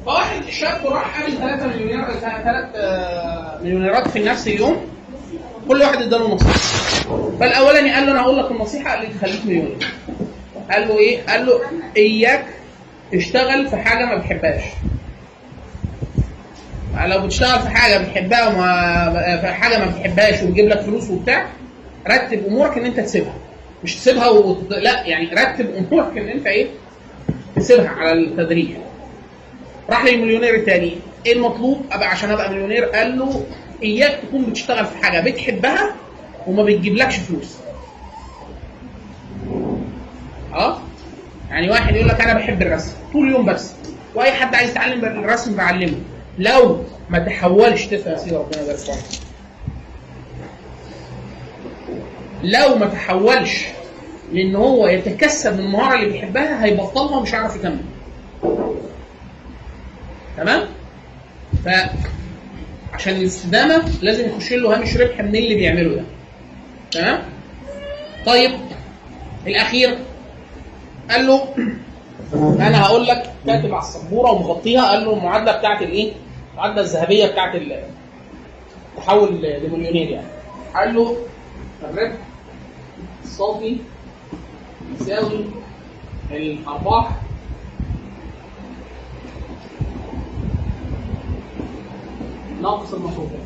فواحد شاب راح قابل 3 مليونيرات في نفس اليوم، كل واحد اداله نصيحه. فالاولاني قال له انا هقول لك النصيحه اللي تخليك مليونير. قال له ايه؟ قال له اياك تشتغل في حاجه ما بتحبهاش. لو بتشتغل في حاجه بتحبها في حاجه ما بتحبهاش وتجيب لك فلوس وبتاع، رتب امورك ان انت تسيبها. مش تسيبها لا، يعني رتب امورك ان انت ايه؟ تسيبها على التدريج. راح للمليونير الثاني، ايه المطلوب عشان ابقى مليونير؟ قال له اياك تكون بتشتغل في حاجه بتحبها وما بتجيبلكش فلوس. يعني واحد يقول لك انا بحب الرسم طول اليوم برسم، واي حد عايز يتعلم الرسم بعلمه، لو ما تحولش تفهم يا سيدي ربنا يبارك فيك، لو ما تحولش لان هو يتكسب من المهاره اللي بيحبها هيبطلها ومش هيعرف يكمل. تمام؟ فعشان الاستدامه لازم يخش له هامش ربح من اللي بيعمله ده. تمام؟ طيب الاخير قال له انا هقول لك، كاتب على السبوره ومغطيها، قال له المعادله بتاعت الايه؟ المعادله الذهبيه بتاعت التحول لمليونير يعني. قال له الربح الصافي يساوي الارباح ناقص المصروفات.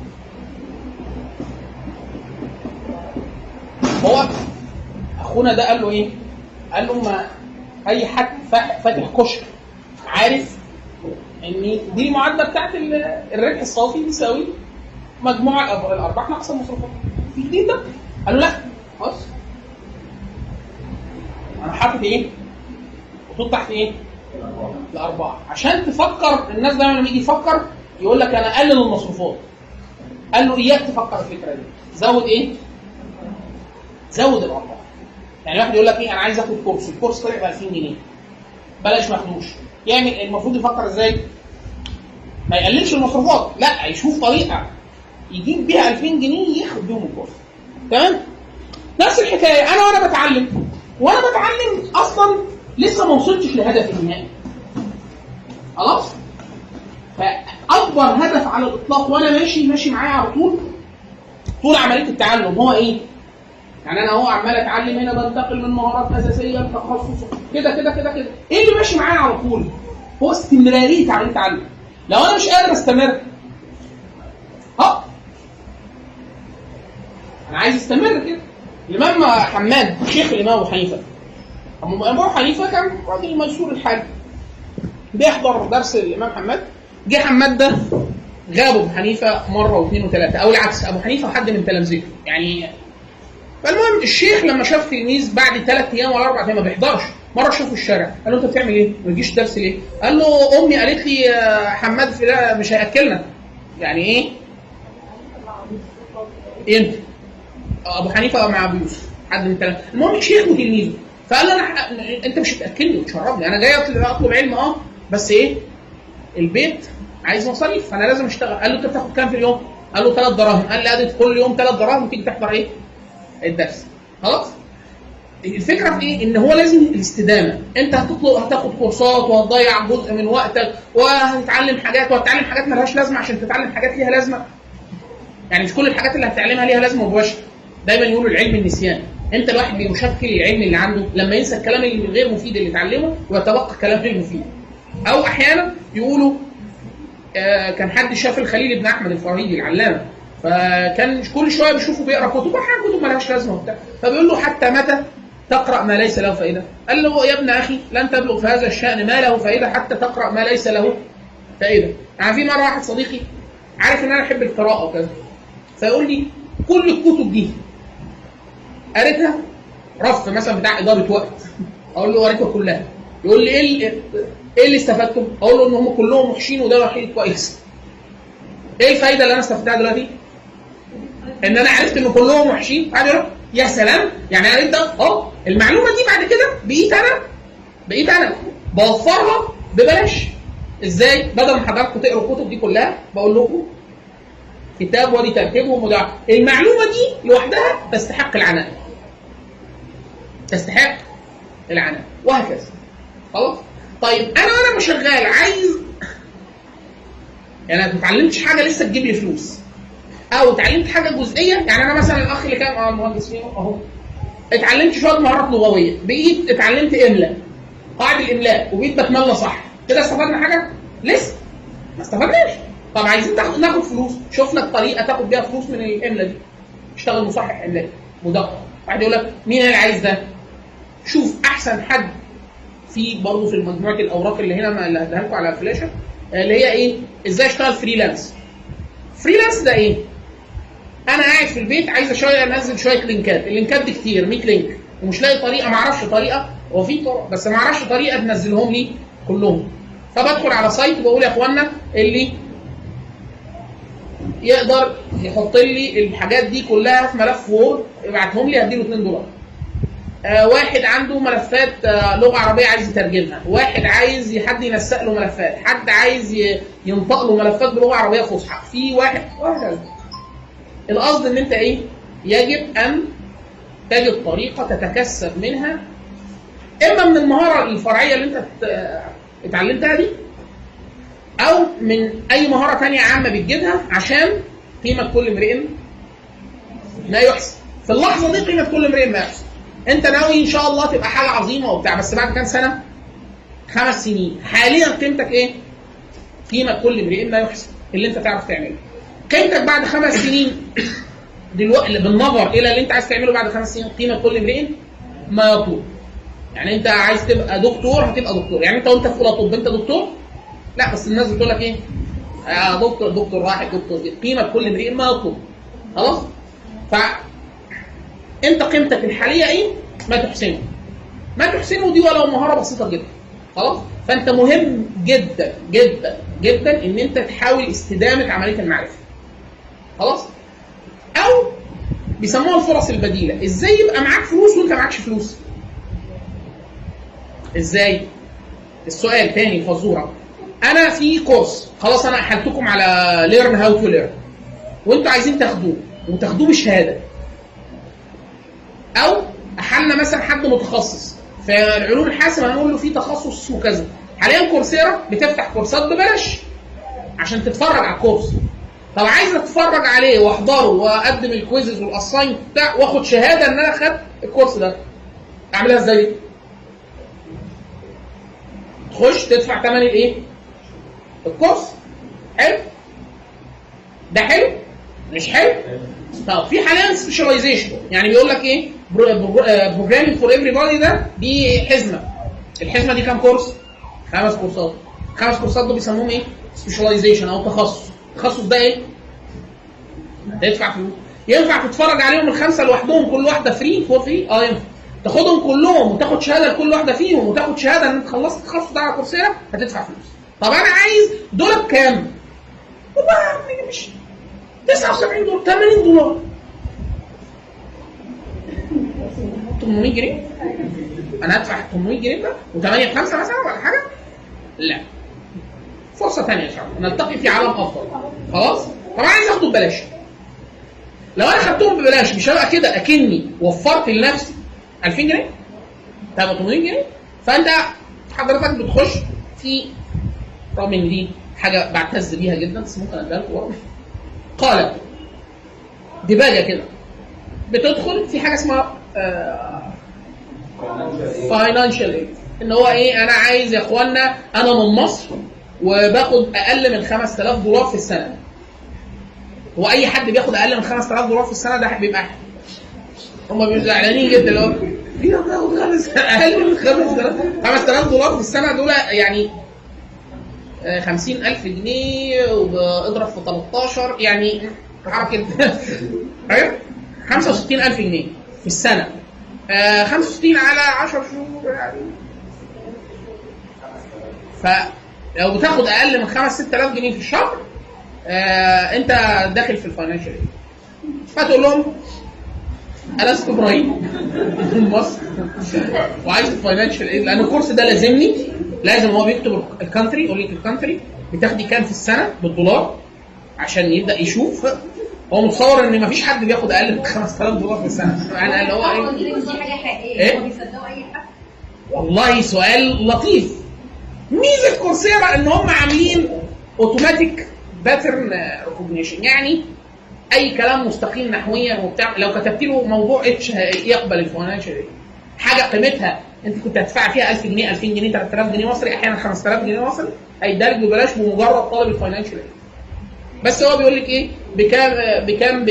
هو اخونا ده قال له ايه؟ قال له ما اي حد فاتح كشك عارف ان دي المعادله بتاعت الربح الصافي بيساوي مجموع الارباح ناقص المصروفات. في جديد ده؟ قال له لا خلاص، انا حاطط ايه؟ خطوط تحت ايه؟ الارباح. عشان تفكر، الناس دايما لما يجي يفكر يقول لك انا اقلل المصروفات. قال له اياك تفكر الفكره دي، زود ايه؟ زود الارباح. يعني واحد يقول لك ايه؟ انا عايز اخد كورس، الكورس طلع ب 2000 جنيه، بلاش مخدوش. يعمل المفروض يفكر ازاي؟ ما يقللش المصروفات، لا، يشوف طريقه يجيب بيها 2000 جنيه ياخد بيهم الكورس. تمام؟ نفس الحكايه انا وانا بتعلم اصلا لسه ما وصلتش لهدفي النهائي. خلاص؟ فاكبر هدف على الاطلاق وانا ماشي معايا على طول عمليه التعلم هو ايه؟ يعني انا هو عمال اتعلم هنا، بنتقل من مهارات اساسيه لتخصص كده كده كده كده. ايه اللي ماشي معايا على طول؟ هو استمراريه عمليه التعلم. لو انا مش قادر استمر، انا عايز استمر كده. الامام حماد شيخ الامام ابو حنيفه، ابو حنيفه كان راجل ميسور الحال، بيحضر درس الامام حماد. جه حماد ده غاب ابو حنيفه مره واثنين وثلاثه، او العكس، ابو حنيفه وحد من تلامذته يعني. فالمهم الشيخ لما شاف تلميذ بعد 3 ايام ولا 4 ايام ما بيحضرش، مره شافه في الشارع قال له انت بتعمل ايه؟ ما تجيش درس ليه؟ قال له امي قالت لي حماد في مش هياكلنا. يعني ايه؟ انت ابو حنيفه مع ابو يوسف حد من الثلاثه. المهم الشيخ وتلميذه، فقال له انت مش هتاكلني وتشربني، انا جاي اطلب علم بس ايه؟ البيت عايز مصاريف فانا لازم اشتغل. قال له انت بتاخد كام في اليوم؟ قال له 3 دراهم. قال لي ادي كل يوم 3 دراهم تيجي تحضر ايه؟ الدرس. خلاص؟ الفكره في ايه؟ ان هو لازم الاستدامه. انت هتاخد كورسات وهتضيع جزء من وقتك وهتتعلم حاجات مالهاش لازمه عشان تتعلم حاجات ليها لازمه. يعني مش كل الحاجات اللي هتتعلمها ليها لازمه مباشره. دايما يقولوا العلم النسيان. انت الواحد بيشكل العلم اللي عنده لما ينسى الكلام اللي غير مفيد اللي اتعلمه ويتبقى كلام غير مفيد. او احيانا يقولوا كان حد شاف الخليل بن احمد الفراهيدي العلامه، فكان كل شويه بيشوفه بيقرا كتب، احيانا كتب مالهاش لازمه وبتاع، فبيقول له حتى متى تقرا ما ليس له فائده؟ قال له يا ابن اخي لن تبلغ في هذا الشان ما له فائده حتى تقرا ما ليس له فائده. يعني في مره واحد صديقي عارف ان انا احب القراءه وكذا، فيقول لي كل الكتب دي قريتها، رف مثلا بتاع اداره وقت، اقول له قريتها كلها. يقول لي ايه اللي استفدته؟ اقول له ان هم كلهم وحشين وده الوحيد كويس. ايه الفايده اللي انا استفدتها دلوقتي؟ ان انا عرفت ان كلهم وحشين. بعد يقول يا سلام، يعني انا انت المعلومه دي بعد كده بقيت انا بوفرها ببلاش. ازاي؟ بدل ما حضراتكم تقروا الكتب دي كلها بقول لكم كتاب ودي ترتيبهم وده. المعلومه دي لوحدها تستحق العناء، وهكذا. خلاص؟ طيب انا وانا شغال عايز يعني انا ما اتعلمتش حاجه لسه تجيب لي فلوس، او اتعلمت حاجه جزئيه. يعني انا مثلا الاخ اللي كان مهندس فيه اهو، اتعلمت شويه مهارات لغويه، بقيت اتعلمت املاء، قاعده الاملاء، وبقيت بتملى صح، كده استفدنا حاجه؟ لسه ما استفدناش. طب عايزين ناخد فلوس، شوف لك طريقه تاخد بيها فلوس من الاملاء دي، اشتغل مصحح املاء مدقق. واحد يقول لك مين اللي عايز ده؟ شوف احسن حد في برضه في مجموعه الاوراق اللي هنا اللي هديها لكم على الفلاشه، اللي هي ايه؟ ازاي اشتغل فريلانس. فريلانس ده ايه؟ انا قاعد في البيت عايز انزل شويه لينكات، اللينكات دي كتير 100 لينك، ومش لاقي طريقه، ما اعرفش طريقه، هو في طرق بس ما اعرفش طريقه تنزلهم لي كلهم. فبدخل على سايت وبقول يا اخوانا اللي يقدر يحط لي الحاجات دي كلها في ملف وورد يبعتهم لي هديله $2. واحد عنده ملفات لغه عربيه عايز يترجمها، واحد عايز حد ينسق له ملفات، حد عايز ينطق له ملفات بلغه عربيه فصحى، في واحد. القصد ان انت ايه؟ يجب ان تجد طريقه تتكسب منها، اما من المهاره الفرعيه اللي انت اتعلمتها دي، او من اي مهاره ثانيه عامه بتجيبها عشان قيمه كل امرئ ما يحسن. في اللحظه دي قيمه كل امرئ ما يحسن. انت ناوي ان شاء الله تبقى حاجه عظيمه وبتاع، بس بعد كام سنه؟ 5 سنين. حاليا قيمتك ايه؟ قيمه كل امرئ ما يحسن اللي انت تعرف تعمله. قيمتك بعد 5 سنين دلوقتي بالنظر الى اللي انت عايز تعمله بعد 5 سنين، قيمه كل امرئ ما يطلب. يعني انت عايز تبقى دكتور هتبقى دكتور، يعني انت وانت في اولى طب انت دكتور؟ لا، بس الناس بتقول لك ايه؟ دكتور واحد، دكتور دي. قيمه كل امرئ ما يطلب. خلاص؟ انت قيمتك الحاليه ايه؟ ما تحسنه. ما تحسنه دي ولو مهاره بسيطه جدا. خلاص؟ فانت مهم جدا جدا جدا ان انت تحاول استدامه عمليه المعرفه. خلاص؟ او بيسموها الفرص البديله. ازاي يبقى معاك فلوس وانت معكش فلوس؟ ازاي؟ السؤال تاني فزوره. انا في كورس خلاص انا احلتكم على ليرن هاو تو ليرن، وانتوا عايزين تاخدوه وتاخدوه بشهاده، او احلنا مثلا حد متخصص في العلوم الحاسبه هنقول له في تخصص اسمه كذا. حاليا كورسيرا بتفتح كورسات ببلاش عشان تتفرج على الكورس. طب عايز اتفرج عليه واحضره واقدم الكويزز والاساين بتاع واخد شهاده ان انا خدت الكورس ده، اعملها ازاي؟ تخش تدفع ثمن الايه؟ الكورس. حلو؟ ده حلو؟ مش حلو؟ طب في حاليا سبيشاليزيشن، يعني بيقول لك ايه؟ بروجرامينج فور ايفري بادي، ده دي حزمه. الحزمه دي كام كورس؟ 5 كورسات. 5 كورسات دول بيسموهم ايه؟ سبيشاليزيشن او تخصص. التخصص ده ايه؟ تدفع فلوس. ينفع تتفرج عليهم ال5 لوحدهم كل واحده فري فور فري؟ ينفع. تاخدهم كلهم وتاخد شهاده لكل واحده فيهم وتاخد شهاده ان انت خلصت التخصص ده على كورسيرا، هتدفع فلوس. طب انا عايز دول بكام؟ والله مش $79 $80 800 جنيه. انا هدفع 800 جنيه ده و8 ب5 مثلا ولا حاجه؟ لا، فرصه ثانيه ان شاء الله نلتقي في عالم افضل. خلاص؟ طب عايز اخده ببلاش. لو انا خدتهم ببلاش مش هبقى كده اكني وفرت لنفسي 2000 جنيه؟ طب 800 جنيه. فانت حضرتك بتخش في، رغم ان دي حاجه بعتز بيها جدا بس ممكن اديها لكم، قال دباجه كده، بتدخل في حاجه اسمها فاينانشال ايد. ان هو ايه؟ انا عايز يا اخوانا، انا من مصر وباخد اقل من $5000 في السنه. هو اي حد بياخد اقل من $5000 في السنه ده بيبقى هم بيبقوا زعلانين جدا. اللي هو في بياخد اقل من $5000 في السنه، دول يعني 50,000 جنيه واضرب في 13 يعني حركه ايوه 65,000 جنيه في السنه. 65 على 10 شهور يعني. فلو بتاخد اقل من 5-6,000 جنيه في الشهر انت داخل في الفاينانشال ايد. فتقول لهم انا اسمي ابراهيم من مصر وعايز الفاينانشال ايد، لان الكورس ده لازمني. لازم هو بيكتب الكانتري، يقول لك الكانتري بتاخدي كام في السنه بالدولار عشان يبدا يشوف. هو متصور ان مفيش حد بياخد اقل من $5,000 في السنه. يعني اللي هو ايه؟ دي حاجه حقيقيه، هو بيصدقوا اي حد؟ والله سؤال لطيف. ميزه كورسيرا ان هم عاملين اوتوماتيك باترن ريكوجنيشن، يعني اي كلام مستقيم نحويا وبتاع، لو كتبت له موضوع اتش يقبل الفاينانشال ايد. حاجه قيمتها انت كنت هتدفع فيها 1000 جنيه 2000 جنيه 3000 جنيه مصري، احيانا 5000 جنيه مصري، هيدرج ببلاش بمجرد طلب الفاينانشال ايد. بس هو بيقول لك ايه بكام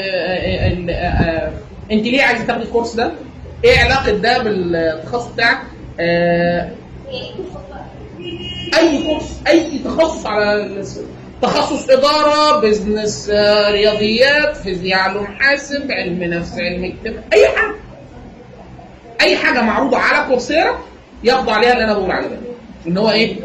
انت ليه عايز تاخد الكورس ده؟ ايه علاقه ده بالتخصص بتاعك؟ اي كورس، اي تخصص، على تخصص اداره، بزنس، رياضيات، فيزياء، علوم حاسب، علم نفس، علم اجتماع، اي حاجه معروضه على كورسيرا ياخدوا عليها اللي انا بقول عليه ده. ان هو ايه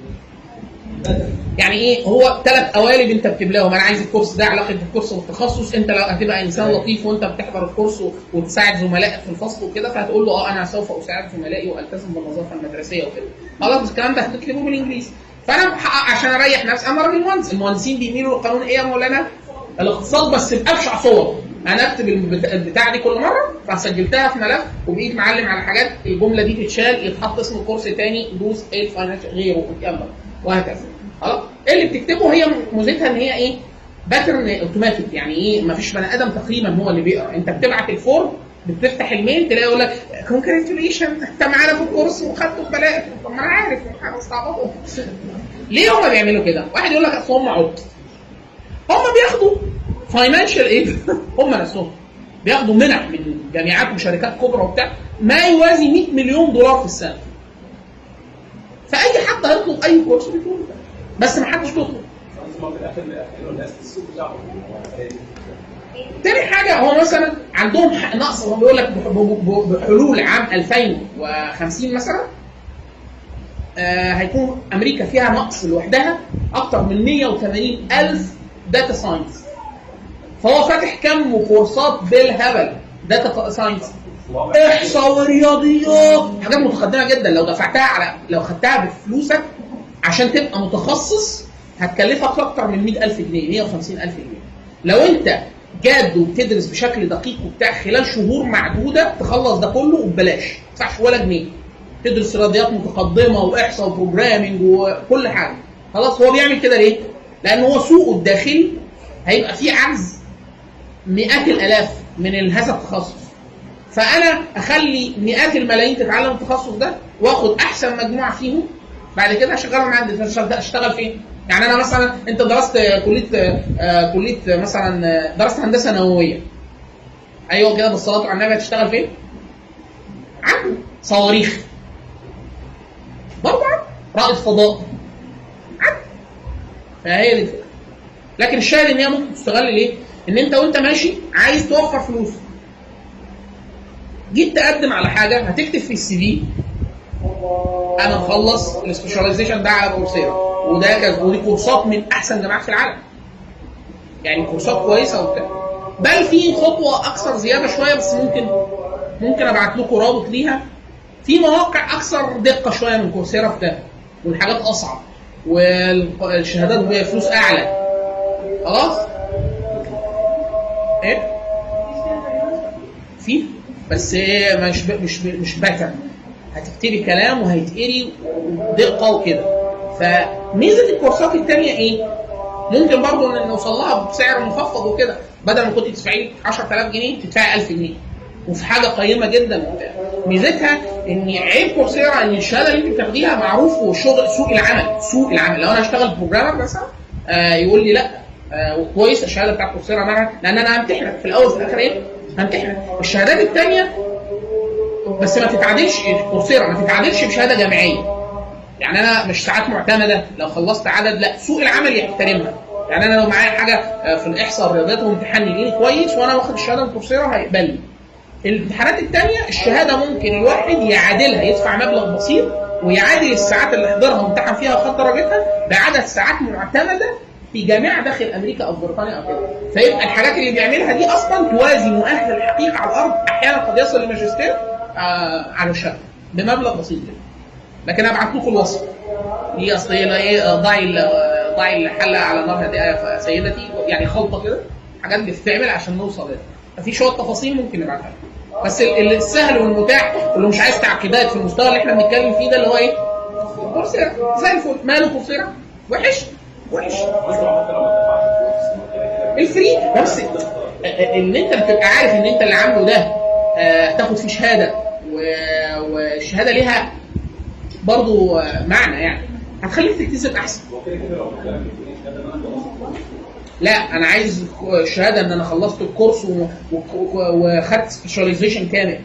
يعني ايه؟ هو 3 قوالب انت بتبلاهم. انا عايز الكورس ده، علاقه الكورس والتخصص. انت لو هتبقى انسان لطيف وانت بتحضر الكورس وتساعد زملائك في الفصل وكده، فهتقول له انا سوف اساعد زملائي والتزم بالنظافه المدرسيه وكده. خلاص الكلام ده هتكتبه بالانجليزي. فانا عشان اريح نفسي، انا راجل مهندس، المهندسين بيميلوا للقانون ايه يا مولانا؟ الاقتصاد، بس بابشع صور. انا اكتب البتاع دي كل مره، فسجلتها في ملف وبقيت معلم على حاجات، الجمله دي تتشال، يتحط اسم الكورس تاني، دوس ايه فاينانشال غيره، يلا وهكذا. خلاص اللي بتكتبه هي ميزتها ان هي ايه؟ باترن اوتوماتيك، يعني ايه؟ مفيش بني ادم تقريبا هو اللي بيقرا. انت بتبعت الفورم، بتفتح الميل تلاقي يقول لك كونجراتيوليشن انت معانا في الكورس وخدته ببلاش. طب ما انا عارف انا مستعبطهم. ليه هم بيعملوا كده؟ واحد يقول لك اصل هم عبط. هم بياخدوا فاينانشال ايد هم نفسهم بياخدوا منح من جامعات وشركات كبرى وبتاع ما يوازي 100 مليون دولار في السنه. فاي حد هيطلب اي كورس بيطلب، بس ما حدش بيطلب. تاني حاجه، هو مثلا عندهم نقص، هو بيقول لك بحلول عام 2050 مثلا هيكون امريكا فيها نقص لوحدها اكتر من 180,000 داتا ساينس. فهو فاتح كم كورسات بالهبل، داتا ساينس، احصاء ورياضيات، حاجات متقدمه جدا. لو خدتها بفلوسك عشان تبقى متخصص هتكلفك اكتر من 100,000 جنيه 150,000 جنيه. لو انت جاد وبتدرس بشكل دقيق وبتاع، خلال شهور معدوده تخلص ده كله وببلاش، ما تدفعش ولا جنيه. تدرس رياضيات متقدمه واحصاء وبروجرامنج وكل حاجه. خلاص هو بيعمل كده ليه؟ لان هو سوقه الداخلي هيبقى فيه عجز مئات الالاف من هذا التخصص. فانا اخلي مئات الملايين تتعلم التخصص ده واخد احسن مجموعه فيهم، بعد كده اشغلهم عندي. اشتغل فين؟ يعني انا مثلا، انت درست كليه مثلا، درست هندسه نوويه، ايوه كده بالصلاه على النبي، هتشتغل فين؟ عنده صواريخ برضه، رائد فضاء عنده. فهي دي الفكره. لكن الشاهد ان هي ممكن تستغل ليه؟ ان انت وانت ماشي عايز توفر فلوس، جيت تقدم على حاجه، هتكتب في السي في انا مخلص السبيشاليزيشن ده على كورسيرا، وده كذا، ودي كورسات من احسن جامعات في العالم، يعني كورسات كويسه وبتاع. بل في خطوه اكثر زياده شويه، بس ممكن ابعت لكم رابط ليها، في مواقع اكثر دقه شويه من كورسيرا في ده، والحاجات اصعب، والشهادات بفلوس اعلى. خلاص ايه في، بس مش باترن، هتكتبي كلام وهيتقري ودقه وكده. فميزه الكورسات الثانيه ايه؟ ممكن برضو ان نوصل لها بسعر مخفض وكده، بدل ما كنت تدفعي 10,000 جنيه تدفعي 1000 جنيه، وفي حاجه قيمه جدا وبتاع. ميزتها ان عيب كورسيرا ان الشهاده اللي انت بتاخديها معروف، وشغل سوق العمل. لو انا هشتغل بروجرامر مثلا يقول لي لا وكويس الشهاده بتاعت كورسيرا معاها، لان انا همتحنك في الاول في الاخر ايه؟ همتحنك. الشهادات الثانيه بس ما تتعادلش، كورسيرا ما تتعادلش بشهاده جامعيه. يعني انا مش ساعات معتمده لو خلصت عدد، لا، سوق العمل يحترمها. يعني انا لو معايا حاجه في الاحصاء الرياضيات وامتحان يجيلي كويس وانا واخد الشهاده من كورسيرا هيقبلني. الامتحانات الثانيه الشهاده ممكن الواحد يعادلها، يدفع مبلغ بسيط ويعادل الساعات اللي حضرها وامتحن فيها وخد درجتها بعدد ساعات معتمده في جامعه داخل امريكا او بريطانيا او كده. فيبقى الحاجات اللي بيعملها دي اصلا توازي مؤهل الحقيقه على الارض، احيانا قد يصل لماجستير على الشهاده بمبلغ بسيط جدا. لكن ابعت لكم الوصف دي اصل ايه، ضعي الحله على نار هادئه سيدتي، يعني خلطه كده حاجات بتتعمل عشان نوصل لها. ففي شويه تفاصيل ممكن نبعتها، بس السهل والمتاح واللي مش عايز تعقيدات في المستوى اللي احنا بنتكلم فيه ده اللي هو ايه؟ كورسيرا زي الفل. ماله كورسيرا؟ وحش؟ وحش. الفري بس ان انت بتبقى عارف ان انت اللي عامله ده تاخد فيه شهاده، والشهاده ليها برضو معنى يعني، هتخليك تكتسب احسن. لا انا عايز شهاده ان انا خلصت الكورس وخدت سبيشاليزيشن كامل.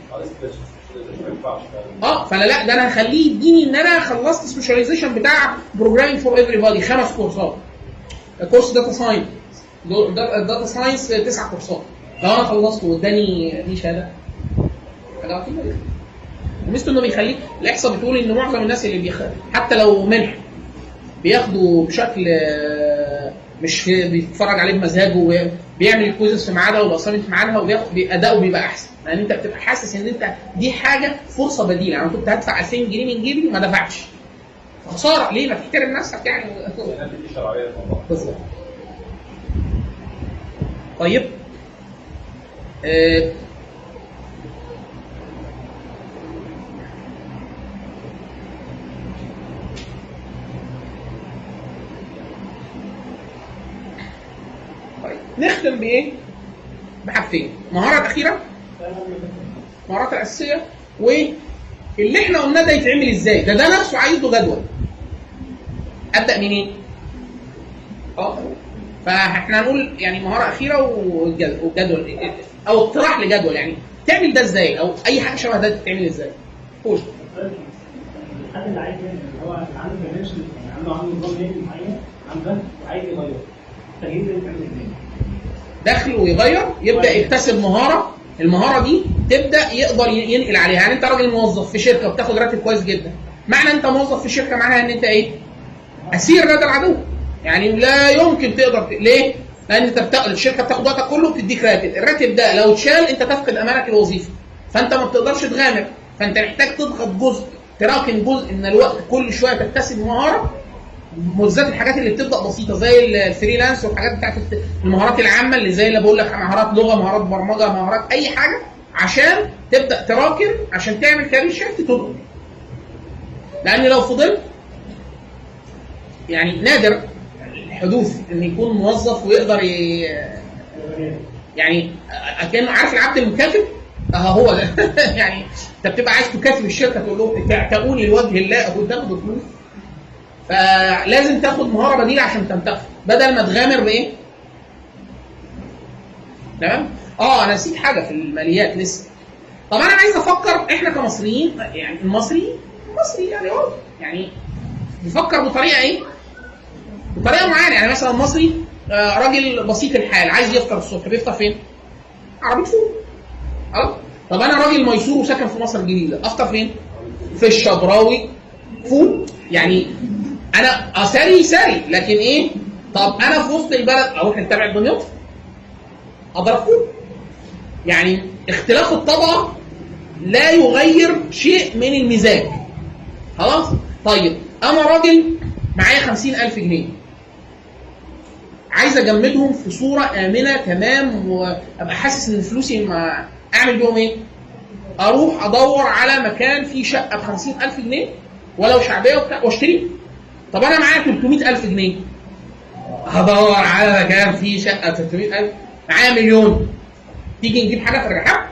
فانا لا، ده انا هخليه يديني ان انا خلصت سبيشاليزيشن بتاع بروجرامينج فور ايفري بادي 5 كورسات. كورس داتا ساينس، داتا ساينس 9 كورسات. لو انا خلصت واداني دي شهاده حاجه عظيمه جدا. ميزته انه بيخليك، الاحصاء بتقول ان معظم الناس اللي حتى لو منح بياخدوا بشكل مش بيتفرج عليه بمزاجه، وبيعمل الكويزز في ميعادها والاسايمنت في ميعادها، وبياخد اداؤه بيبقى احسن، لان انت بتبقى حاسس ان انت دي حاجه فرصه بديله. يعني انا كنت هدفع 2000 جنيه من جيبي ما دفعتش، خساره ليه؟ ما تحترم نفسك يعني. بالظبط. طيب نختم بايه؟ بحاجتين: مهارات اخيره، مهارات الاساسيه، واللي احنا قلنا ده يتعمل ازاي. ده نفسه عايز له جدول. ابدا منين؟ فاحنا هنقول يعني مهاره اخيره وجدول او اقتراح لجدول، يعني تعمل ده ازاي، او اي حاجه شبه ده تتعمل ازاي. قول. الحد اللي عايز يعمل هو عنده دايمنشن، يعني عنده نظام نيم معين عنده وعايز يغير التغيير ده يتعمل ازاي؟ دخل ويغير، يبدا يكتسب مهاره. المهاره دي تبدا يقدر ينقل عليها. يعني انت راجل موظف في شركه وبتاخد راتب كويس جدا، معنى انت موظف في شركه معناها ان انت ايه؟ اسير لدى العدو. يعني لا يمكن تقدر ليه؟ لان انت الشركه بتاخد وقتك كله وبتديك راتب، الراتب ده لو اتشال انت تفقد امانك الوظيفي، فانت ما بتقدرش تغامر، فانت محتاج تضغط جزء، تراكم جزء من الوقت، كل شويه تكتسب مهاره، بالذات الحاجات اللي بتبدا بسيطه زي الفريلانس والحاجات بتاعت المهارات العامه اللي زي اللي بقول لك، مهارات لغه، مهارات برمجه، مهارات اي حاجه، عشان تبدا تراكم عشان تعمل كارير شيفت تدخل. لان لو فضلت يعني نادر الحدوث ان يكون موظف ويقدر يعني كانه عارف العبد المكاتب، هو ده. يعني انت بتبقى عايز تكاتب الشركه تقول لهم تعتقوني لوجه الله او تاخدوا فلوس، فلازم تاخد مهاره بديله عشان تنتقل بدل ما تغامر بايه. تمام. انا نسيت حاجه في الماليات لسه. طب انا عايز افكر، احنا كمصريين يعني المصري يعني برضه يعني بيفكر بطريقه ايه؟ بطريقه معينه. يعني مثلا المصري راجل بسيط الحال عايز يفطر الصبح، بيفطر فين؟ عربيه فول. طب انا راجل ميسور وساكن في مصر الجديده، افطر فين؟ في الشبراوي فول. يعني انا ساري لكن ايه؟ طب انا في وسط البلد اروح نتابع دمياط اضرب فول. يعني اختلاف الطبقه لا يغير شيء من المزاج. خلاص. طيب انا راجل معايا 50,000 جنيه عايز اجمدهم في صوره امنه تمام، وابقى حاسس ان فلوسي ما اعمل بيهم ايه؟ اروح ادور على مكان فيه شقه ب 50,000 جنيه ولو شعبيه واشتري. طب انا معايا 300,000 جنيه هدور على مكان فيه شقه 300,000. معايا مليون، تيجي نجيب حاجه في الرحاب؟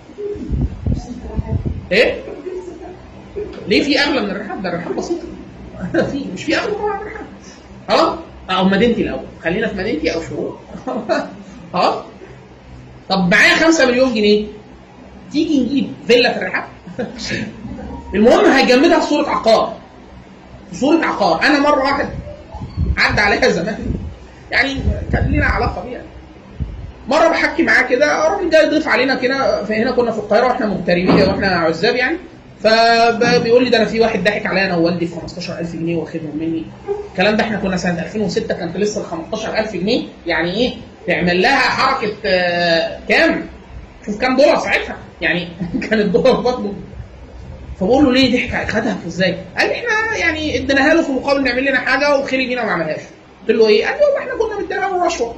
ايه؟ ليه في اغلى من الرحاب؟ ده الرحاب بسيط. في مش في اغلى طبعا من الرحاب. خلاص. او مدينتي الاول، خلينا في مدينتي او شروق. خلاص. طب معايا 5 مليون جنيه، تيجي نجيب فيلا في الرحاب؟ المهم هيجمدها في صوره عقار. في صوره عقار. انا مره واحد عدى عليها زمان، يعني كان لنا علاقه بيها. مره بحكي معاه كده، راجل جاي يضيف علينا كده، فهنا كنا في القاهره واحنا مغتربين واحنا عزاب يعني، فبيقول لي ده انا في واحد ضحك عليا انا ووالدي في 15,000 جنيه واخدهم مني. الكلام ده احنا كنا سنه 2006، كانت لسه ال 15,000 جنيه يعني ايه؟ تعمل لها حركه كام؟ شوف كام دولار ساعتها يعني. كان الدولار بطنه. فبقول له ليه ضحك؟ خدها ازاي؟ قال لي احنا يعني اديناها له في مقابل نعمل لنا حاجه وخلي بينا وما عملهاش. قلت له ايه؟ قال لي والله احنا كنا مديناها له رشوه.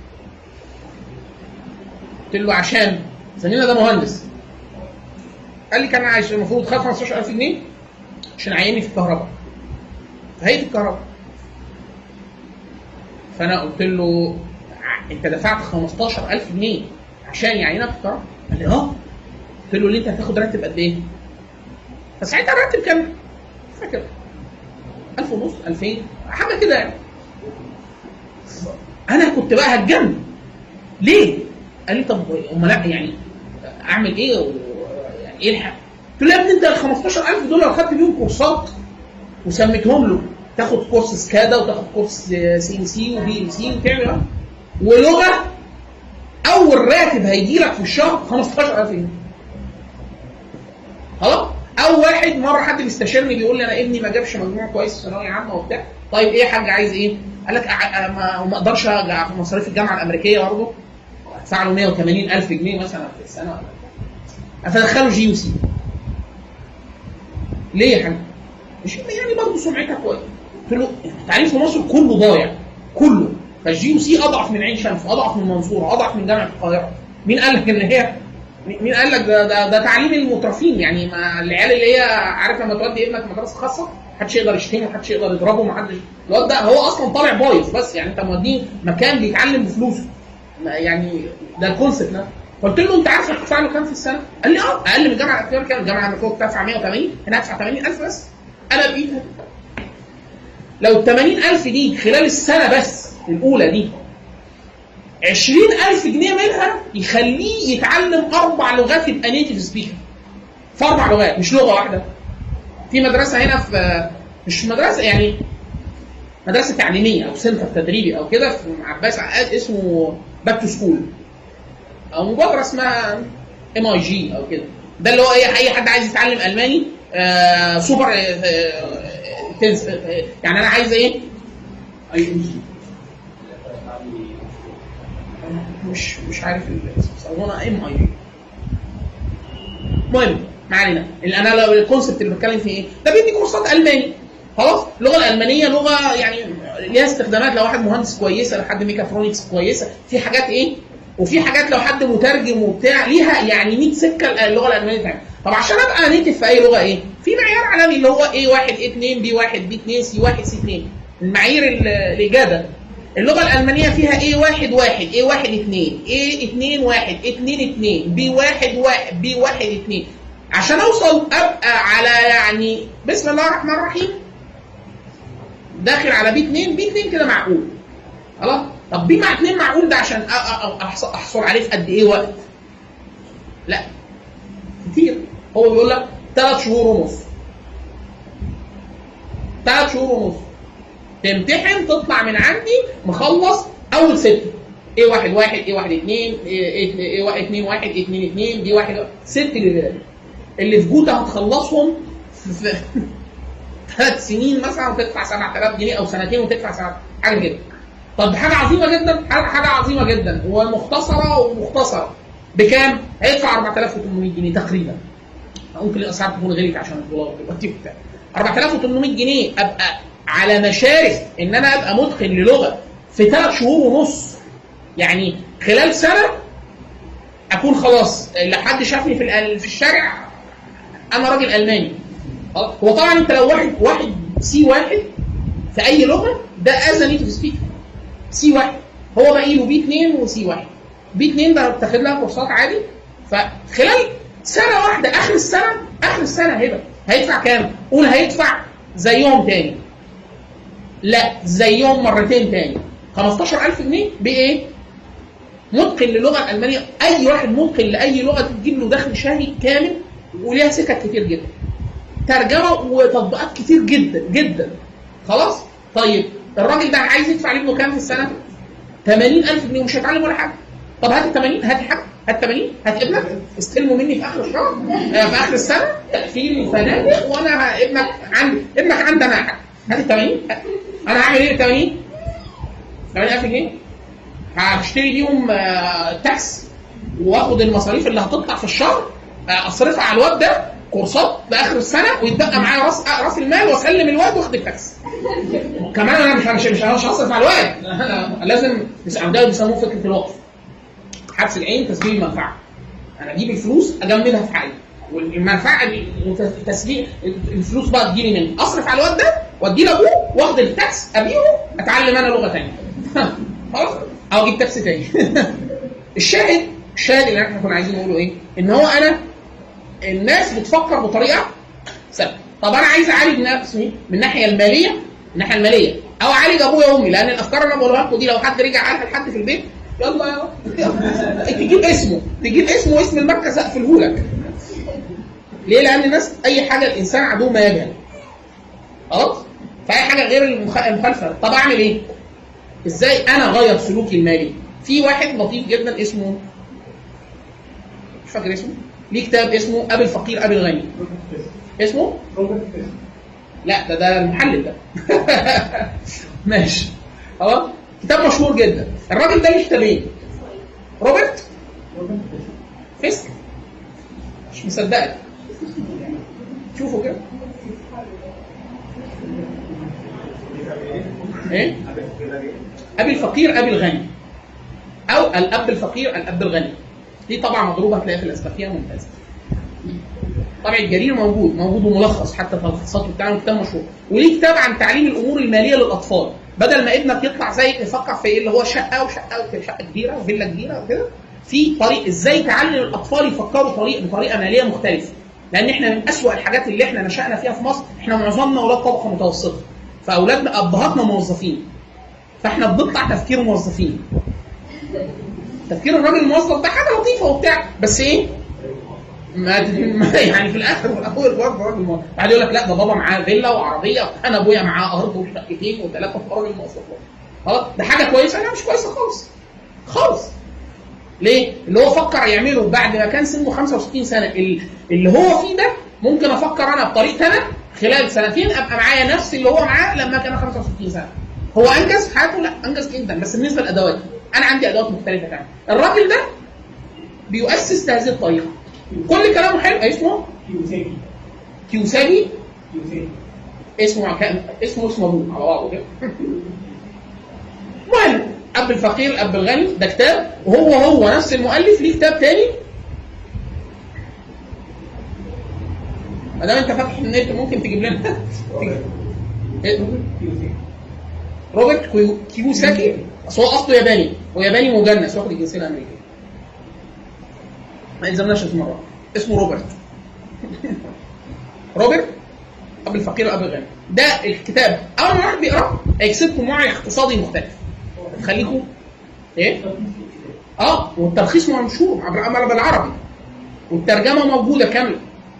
قلت له عشان زميلنا ده مهندس. قال لي كان عايش المفروض خد 15,000 جنيه عشان عيني في الكهرباء، في هيئه الكهرباء. فانا قلت له انت دفعت 15,000 جنيه عشان يعينك في القرار؟ قال لي اه. قلت له ليه انت هتاخد راتب قد ايه؟ فساعتها الراتب كان فاكر 1500 2000 حاجه كده يعني. انا كنت بقى هتجنن ليه؟ قال لي طب امال لا يعني اعمل ايه يعني ايه الحق؟ قلت له يا ابني انت ال 15,000 دول لو خدت بيهم كورسات وسميتهم له، تاخد كورس سكادا وتاخد كورس سي ام سي وبي ام سي وتعمل ولغه، اول راتب هيجي لك في الشهر 15,000 جنيه. خلاص؟ او واحد مره حد بيستشيرني بيقول لي انا ابني ما جابش مجموع كويس في ثانويه عامه وبتاع، طيب ايه يا حاج عايز ايه؟ قال لك ما اقدرش ارجع في مصاريف الجامعه الامريكيه برضه، ادفع له 180,000 جنيه مثلا في السنه، فدخله جي يو سي. ليه يا حاج؟ مش يعني برضه سمعتها كويس. قلت له التعليم في مصر كله ضايع كله، فالجي يو سي اضعف من عين شمس، اضعف من المنصوره، اضعف من جامعه القاهره. مين قال لك ان هي مين قال لك ده تعليم المترفين يعني؟ ما العيال اللي هي عارف لما تودي ابنك مدرسه خاصه محدش يقدر يشتمه، محدش يقدر يضربه، محدش، الواد ده هو اصلا طالع بايظ، بس يعني انت موديه مكان بيتعلم بفلوسه يعني، ده الكونسيبت ده. قلت له انت عارف هتدفع له كام في السنه؟ قال لي اه اقل من الجامعه الامريكيه. كام؟ الجامعه الامريكيه بتدفع 180، هنا هدفع 80,000 بس. انا بايدها لو ال 80,000 دي خلال السنه بس الاولى دي 20,000 جنيه منها يخليه يتعلم 4 لغات يبقى نيتيف سبيكر في 4 لغات مش لغه واحده. في مدرسه هنا في مش مدرسه يعني مدرسه تعليميه او سنتر تدريبي او كده في عباس عقاد اسمه باك تو سكول، او مبادره اسمها MIG او كده. ده اللي هو اي حد عايز يتعلم الماني سوبر يعني انا عايز ايه IMG مش عارف الاسم MIG. المهم ما علينا، انا الكونسبت اللي بتكلم فيه ايه؟ ده بيدي كورسات الماني. خلاص؟ اللغه الالمانيه لغه يعني ليها استخدامات لو واحد مهندس كويسه، لو حد ميكاترونكس كويسه، في حاجات ايه، وفي حاجات لو حد مترجم وبتاع ليها يعني 100 سكه اللغه الالمانيه تعمل. طب عشان ابقى نيتف في اي لغه ايه؟ في معيار عالمي اللي هو A1 A2 B1 B2 C1 C2، المعايير الاجاده. اللغه الالمانيه فيها A1 1 A1 2 A2 1 A2 2 B1 1 B1 2. عشان اوصل ابقى على يعني بسم الله الرحمن الرحيم داخل على B2 كده معقول. خلاص؟ طب B مع 2 معقول ده عشان احصل عليه في قد ايه وقت؟ لا كتير. هو بيقول لك 3 شهور ونص 3 شهور ونص تمتحن تطلع من عندي مخلص اول 6 A1 1 A1 2 A1 2 1 A2 2 B1 6 اللي في جوتا هتخلصهم في 3 سنين مثلا وتدفع 7,000 جنيه او سنتين وتدفع 7 حاجه كده. طب حاجه عظيمه جدا، حاجه عظيمه جدا ومختصره بكام؟ هيدفع 4,800 جنيه تقريبا. ممكن الاسعار تكون غليت عشان الدولار دلوقتي وبتاع. 4,800 جنيه ابقى على مشارف ان انا ابقى متقن للغه في 3 شهور ونص، يعني خلال سنه اكون خلاص اللي حد شافني في الشارع انا راجل الماني. هو طبعا انت لو واحد C1 في اي لغه ده از نيتيف سبيكر C1، هو باقي له B2 وC1. B2 ده بتاخد لها كورسات عادي. فخلال سنه واحده اخر السنه هيدفع كام؟ قول هيدفع زيهم تاني، لا زيهم مرتين تاني، 15,000 جنيه بايه؟ متقن للغه الالمانيه. اي واحد متقن لاي لغه تجيب له دخل شهري كامل وليها سكك كتير جدا، ترجمه وتطبيقات كتير جدا جدا. خلاص؟ طيب الراجل ده عايز يدفع لابنه كام في السنه؟ 80,000 جنيه ومش هيتعلم ولا حاجه. طب هات ال 80، هات حاجه، هات 80، هات ابنك استلمه مني في اخر الشهر في اخر السنه في الفنادق، وانا ابنك عندي انا حاجه. هات ال 80. انا هعمل ايه ب 80,000 جنيه؟ هشتري بيهم تاكس واخد المصاريف اللي هتطلع في الشهر اصرفها على الواد ده كورسات لاخر السنه، ويتبقى معايا راس المال واسلم الواد واخد التاكس. كمان انا مش هصرف على الواد، انا لازم عندنا بيسموه فكره الوقف، حبس العين تسجيل المنفعه. انا اجيب الفلوس اجمدها في حالي، والمنفعه تسجيل الفلوس بقى تجيلي مني، اصرف على الواد ده وادي له ابوه واخد التاكس ابيعه اتعلم انا لغه ثانيه. او اجيب تاكسي تاني. الشاهد اللي احنا كنا عايزين نقوله ايه؟ ان هو انا الناس بتفكر بطريقه ثابته. طب انا عايز اعالج نفسي من الناحيه الماليه، او اعالج ابويا وامي، لان الافكار اللي انا بقولها لكم دي لو حد رجع قالها لحد في البيت يلا تجيب اسمه واسم المركز اقفله لك. ليه؟ لان الناس اي حاجه الانسان عدو ما يجهل. خلاص؟ فاي حاجه غير المخالفه. طب اعمل ايه؟ ازاي انا اغير سلوكي المالي؟ في واحد لطيف جدا اسمه مش فاكر اسمه، ليه كتاب اسمه ابي الفقير ابي الغني. اسمه لا ده المحلل ده. ماشي خلاص. كتاب مشهور جدا. الراجل ده ليه كتابين. روبرت فيسك. مش مصدقك، شوفوا كده. ايه؟ ابي الفقير ابي الغني، او الاب الفقير الاب الغني. دي طبعا مضروبه هتلاقيها في الاسبقيه ممتازه. طبع الجرير موجود وملخص حتى في التلخيصات بتاعه. كتاب مشهور. وليه كتاب عن تعليم الامور الماليه للاطفال، بدل ما ابنك يطلع زيك يفكر في اللي هو شقه كبيره وفيلا كبيره وكده، في طريق ازاي تعلم الاطفال يفكروا بطريقه ماليه مختلفه. لان احنا من اسوأ الحاجات اللي احنا نشأنا فيها في مصر، احنا معظمنا اولاد طبقه متوسطه، فاولادنا ابهاتنا موظفين، فاحنا بنطلع تفكير موظفين. تفكير الراجل الموظف ده حاجه لطيفه وبتاع، بس ايه؟ ما يعني في الاخر والاول برضه راجل موظف. بعد يقول لك لا ده بابا معاه فيلا وعربيه، انا ابويا معاه ارض وشقتين وثلاثه راجل موظف. خلاص ده حاجه كويسه؟ لا مش كويسه خالص. ليه؟ اللي هو فكر يعمله بعد ما كان سنه 65 سنه، اللي هو فيه ده ممكن افكر انا بطريقتي انا خلال سنتين ابقى معايا نفس اللي هو معاه لما كان 65 سنه. هو انجز في حياته؟ لا انجز جدا، بس بالنسبه لادواته انا عندي ادوات مختلفه تماما. الراجل ده بيؤسس هذه الطريقه. كل كلامه حلو. اسمه كيوساجي. اسمه ابوه على بعضه كده. المهم اب الفقير اب الغني ده كتاب، وهو نفس المؤلف ليه كتاب تاني. ما دام انت فاتح النت ممكن تجيب لنا روبرت كيوساكي. اصل هو اصله ياباني، وياباني مجنس واخد الجنسيه الامريكيه. ما يلزمناش اسمه مره، اسمه روبرت. روبرت اب الفقير واب الغني. ده الكتاب اول ما واحد بيقراه هيكسبكم وعي اقتصادي مختلف، تخليكم ايه؟ والتلخيص منشور عبر بالعربي، والترجمه موجوده كامله.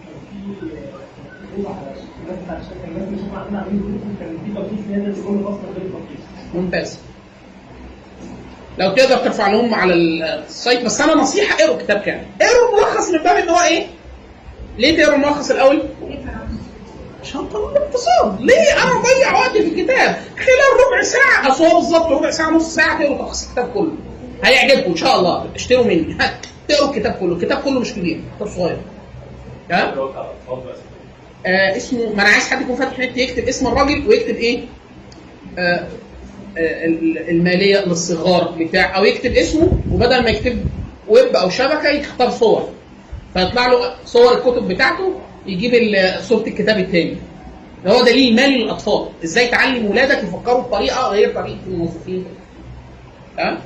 ممتاز. لو تقدر ترفع لهم على السايت. بس انا نصيحه اقروا كتاب كامل، اقروا الملخص من باب ان هو ايه؟ ليه تقروا الملخص الاول؟ عشان طلب الاقتصاد. ليه انا اضيع وقتي في الكتاب خلال ربع ساعه؟ اصل هو بالظبط ربع ساعه نص ساعه تقروا تلخيص الكتاب كله. هيعجبكم ان شاء الله. اشتروا مني تقروا الكتاب كله. الكتاب كله مش كبير، كتاب صغير. تمام؟ اسمه، ما انا عايز حد يكون فاتح نت يكتب اسم الراجل ويكتب ايه؟ الماليه للصغار بتاع، او يكتب اسمه وبدل ما يكتب ويب او شبكه يختار صور، فيطلع له صور الكتب بتاعته، يجيب صوره الكتاب الثاني. هو دليل مالي للاطفال، ازاي تعلم ولادك يفكروا بطريقه غير طريقه الموظفين. تمام؟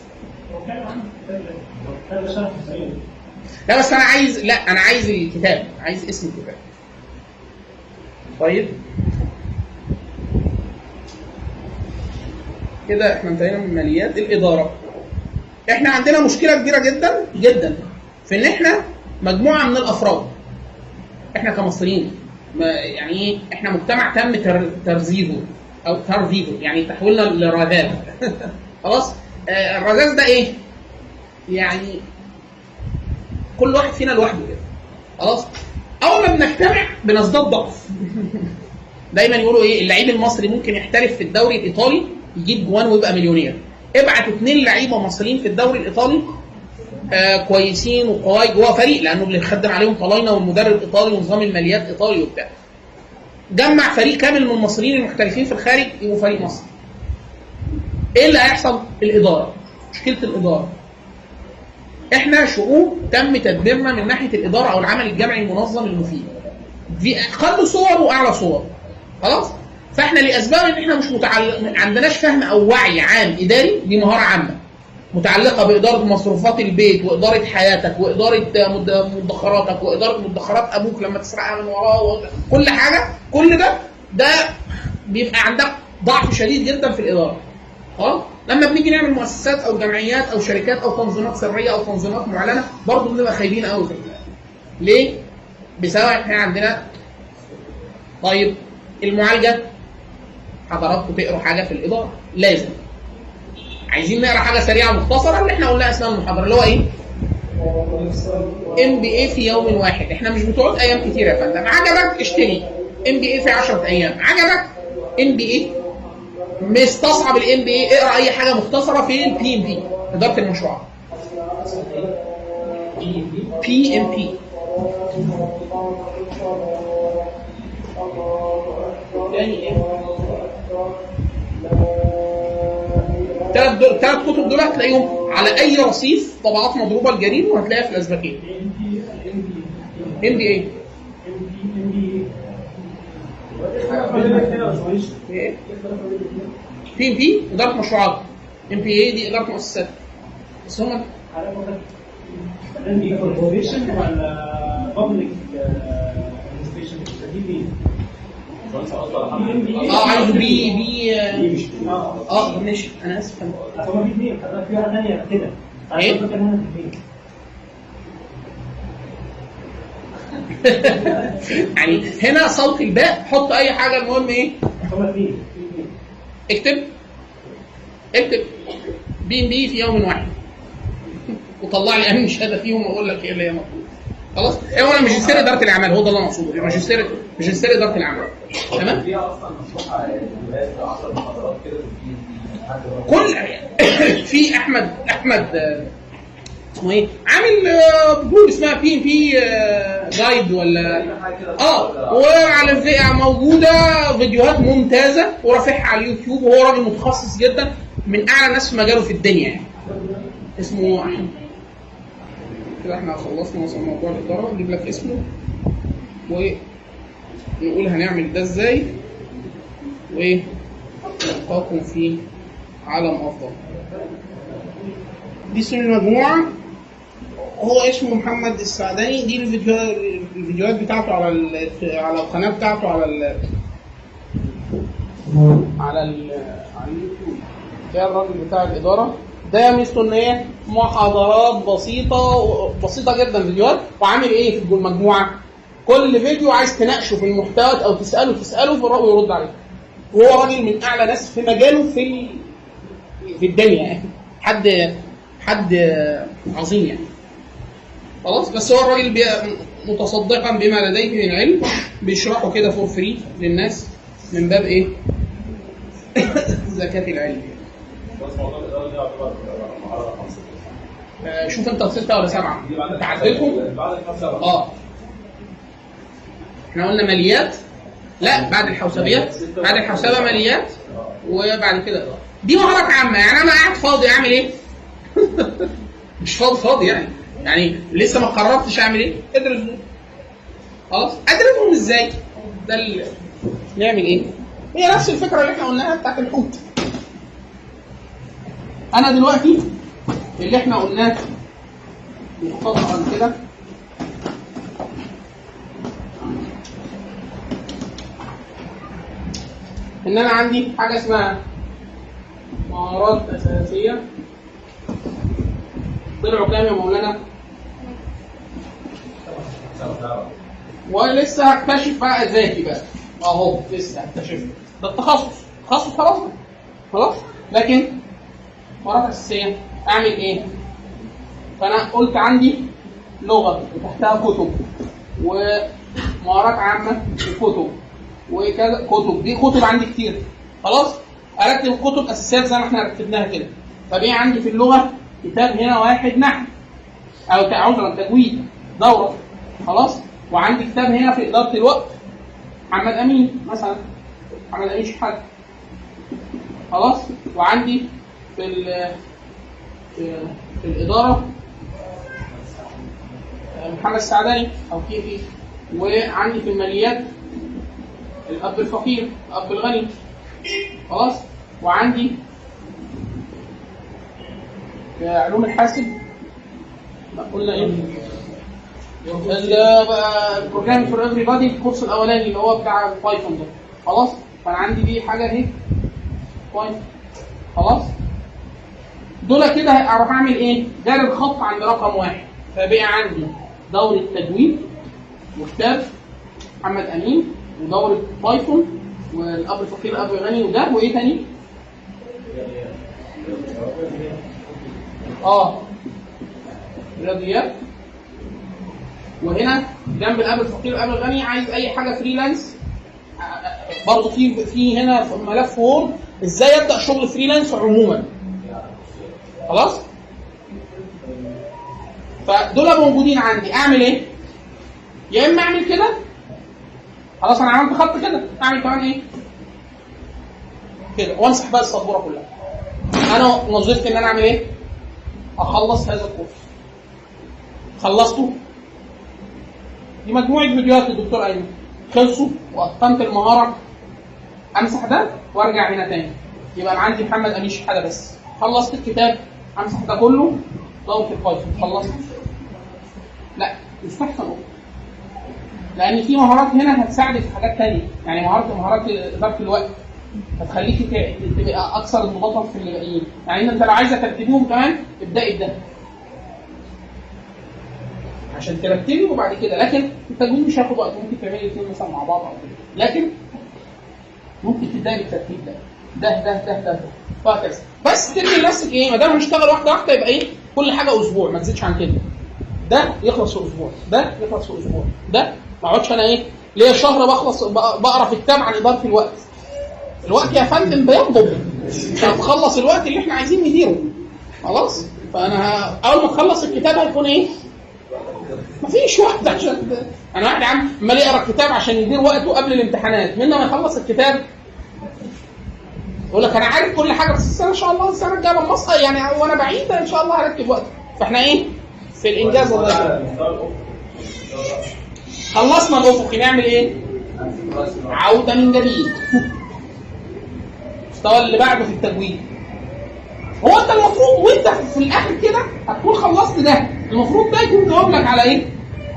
لا بس انا عايز الكتاب، عايز اسم الكتاب. طيب كده احنا انتهينا من ماليات الاداره. احنا عندنا مشكله كبيره جدا جدا في ان احنا مجموعه من الافراد. احنا كمصريين يعني ايه؟ احنا مجتمع تم ترزيفه او ترفيفه، يعني تحويلنا لرذاذ. خلاص. الرذاذ ده ايه؟ يعني كل واحد فينا لوحده كده. خلاص. اول ما بنجتمع بنزداد ضعف. دايما يقولوا ايه؟ اللعيب المصري ممكن يحترف في الدوري الايطالي يجيب جوان ويبقى مليونير. ابعتوا 2 لعيبه مصريين في الدوري الايطالي كويسين وقواي جوه فريق، لانه اللي بيخدم عليهم طلاينه والمدرب ايطالي ونظام الماليات ايطالي وبتاع. جمع فريق كامل من المصريين المحترفين في الخارج يبقوا فريق مصر. ايه اللي هيحصل؟ الاداره. مشكله الاداره. احنا شعوب تم تدبيرنا من ناحيه الاداره او العمل الجمعي المنظم المفيد. في اقل صور واعلى صور. خلاص؟ فاحنا لاسباب ان احنا مش عندناش فهم او وعي عام اداري، دي مهاره عامه. متعلقه باداره مصروفات البيت واداره حياتك واداره مدخراتك واداره مدخرات ابوك لما تسرقها من وراه كل حاجه، كل ده بيبقى عندك ضعف شديد جدا في الاداره. لما بنيجي نعمل مؤسسات او جمعيات او شركات او تنظيمات سريه او تنظيمات معلنه برضه بنبقى خايبين قوي في ليه؟ بسبب احنا عندنا. طيب المعالجه، حضراتكم تقروا حاجه في الاداره لازم. عايزين نقرا حاجه سريعه مختصره اللي احنا قلناها اثناء المحاضره اللي هو ايه؟ MBA في يوم واحد. احنا مش بتقعد ايام كتير يا فندم. عجبك اشتري MBA في 10 ايام. عجبك MBA مستصعب MBA اقرا اي حاجه مختصره في PMP اداره المشروعات. PMP يعني ايه؟ ثلاث كتب دول هتلاقيهم على اي رصيف طبعات مضروبه الجرير وهتلاقيها في الازبكيه. MBA PMP اداره مشروعات. MBA دي اداره مؤسسات. بس هم كوربوريشن ولا بابليك ادمنستريشن؟ عايزه بي ماشي. انا اسف. هو في اثنين، في واحده ثانيه كده. ايه؟ يعني هنا صوت الباء حط اي حاجه المهم ايه؟ هما اثنين. اكتب بي في يوم واحد وطلع لي اهم شهاده فيهم واقول لك ايه اللي هي مطلوب. خلاص؟ هو ماجستير اداره الاعمال، هو ده اللي مقصوده. ماجستير اداره الاعمال. تمام؟ دي اصلا مفتوحه 10 محاضرات كده كل في احمد اسمه ايه؟ عامل بطوله اسمها PMP جايد ولا وعلى موجوده فيديوهات ممتازه ورافعها على اليوتيوب، وهو راجل متخصص جدا من اعلى ناس في مجاله في الدنيا يعني. اسمه احمد. كده احنا خلصنا مثلا موضوع الاداره، نجيب لك اسمه ونقول هنعمل ده ازاي ونلقاكم في عالم افضل. دي اسم المجموعه، هو اسمه محمد السعداني. دي الفيديوهات بتاعته على القناه بتاعته على اليوتيوب. ده الراجل بتاع الاداره. ده ميزته ان هي محاضرات بسيطه جدا فيديوهات. وعامل ايه في المجموعه؟ كل فيديو عايز تناقشه في المحتوى او تساله في الرأي ويرد عليك. وهو راجل من اعلى ناس في مجاله في الدنيا يعني. حد عظيم يعني. خلاص؟ بس هو الراجل متصدقا بما لديه من علم بيشرحه كده فور فري للناس من باب ايه؟ زكاة العلم. شوف انت 6 ولا 7 تعدلهم. احنا قلنا ماليات، لا بعد الحوسبيات، بعد الحوسبه ماليات، وبعد كده دي مهارات عامه. يعني انا قاعد فاضي اعمل ايه؟ مش فاضي يعني لسه ما قررتش اعمل ايه. ادرس خلاص. ادرسهم ازاي؟ ده نعمل ايه؟ هي نفس الفكره اللي احنا قلناها بتاعت الحوت. انا دلوقتي اللي احنا قلناه مختصرا كده ان انا عندي حاجه اسمها مهارات اساسيه. طلعوا كام يا مولانا؟ ولسه هكتشف بقى ذاتي بقى اهو. لسه هكتشف ده التخصص خلاص. لكن مهارات اساسيه اعمل ايه؟ فانا قلت عندي لغه وتحتها كتب ومهارات عامه وكتب وكذا كتب. دي كتب عندي كتير. خلاص ارتب كتب اساسيات زي ما احنا رتبناها كده. طب ايه عندي في اللغه؟ كتاب هنا واحد نحو او عذرا تجويد دوره. خلاص. وعندي كتاب هنا في اداره الوقت محمد امين مثلا، محمد امين شحات. خلاص. وعندي في الاداره محمد السعداني او كيفي. وعندي في الماليات الاب الفقير الاب الغني. خلاص. وعندي في علوم الحاسب قلنا ايه؟ البروجرام فور ايفري بادي الكورس الاولاني اللي هو بتاع بايثون ده. خلاص؟ فانا عندي دي حاجه اهي بايثون. خلاص؟ دول كده اروح اعمل ايه؟ جارب خط عند رقم 1. فبقى عندي دوره تجويد وكتاب محمد امين ودوره بايثون والاب الفقير الاب الغني وده وايه تاني؟ رياضيات. وهنا جنب الاب الفقير الاب الغني عايز اي حاجه فريلانس. برضه في هنا ملف وورد ازاي ابدا شغل فريلانس عموما. خلاص؟ فدول موجودين عندي. اعمل ايه؟ يا اما اعمل كده. خلاص انا عملت خط كده. اعمل كمان ايه؟ كده وامسح بقى السبوره كلها. انا وظيفتي ان انا اعمل ايه؟ اخلص هذا الكورس. خلصته. دي مجموعه فيديوهات للدكتور ايمن. خلصوا واتقنت المهاره. امسح ده وارجع هنا تاني. يبقى انا عندي محمد امين شحاده بس. خلصت الكتاب امسح ده كله. ضغط البايثون. خلصت. لا يستحسن أقول. لان في مهارات هنا هتساعدك في حاجات تانية. يعني مهارات اداره الوقت هتخليكي تبقى اكثر انضباطا في اللي باقيين. يعني انت لو عايزه ترتبيهم كمان ابدأي بده عشان ترتبي وبعد كده. لكن التجويد مش هياخد وقت. ممكن تعملي الاثنين مثلا مع بعض او كده. لكن ممكن تبدأي بالترتيب ده وهكذا. بس تدي لنفسك ايه؟ ما دام هنشتغل واحده واحده يبقى ايه؟ كل حاجه اسبوع ما تزيدش عن كده. ده يخلص في اسبوع، ده يخلص في اسبوع، ده ما اقعدش انا ايه؟ ليا شهر بخلص بقرا في كتاب عن اداره الوقت. الوقت يا فندم بينضب. مش هتخلص الوقت اللي احنا عايزين نديره. خلاص؟ فانا اول ما تخلص الكتاب هيكون ايه؟ مفيش وقت عشان انا واحد عم امال يقرا الكتاب عشان يدير وقته قبل الامتحانات. من ما يخلص الكتاب يقول لك انا عارف كل حاجه بس السنه ان شاء الله السنه الجايه بمصر يعني وانا بعيد ان شاء الله هرتب وقتي. فاحنا ايه؟ في الانجاز والله. خلصنا الافق نعمل ايه؟ عوده من جديد. المستوى اللي بعده في التجويد. هو انت المفروض وانت في الاخر كده هتكون خلصت ده. المفروض ده يكون جواب لك على ايه؟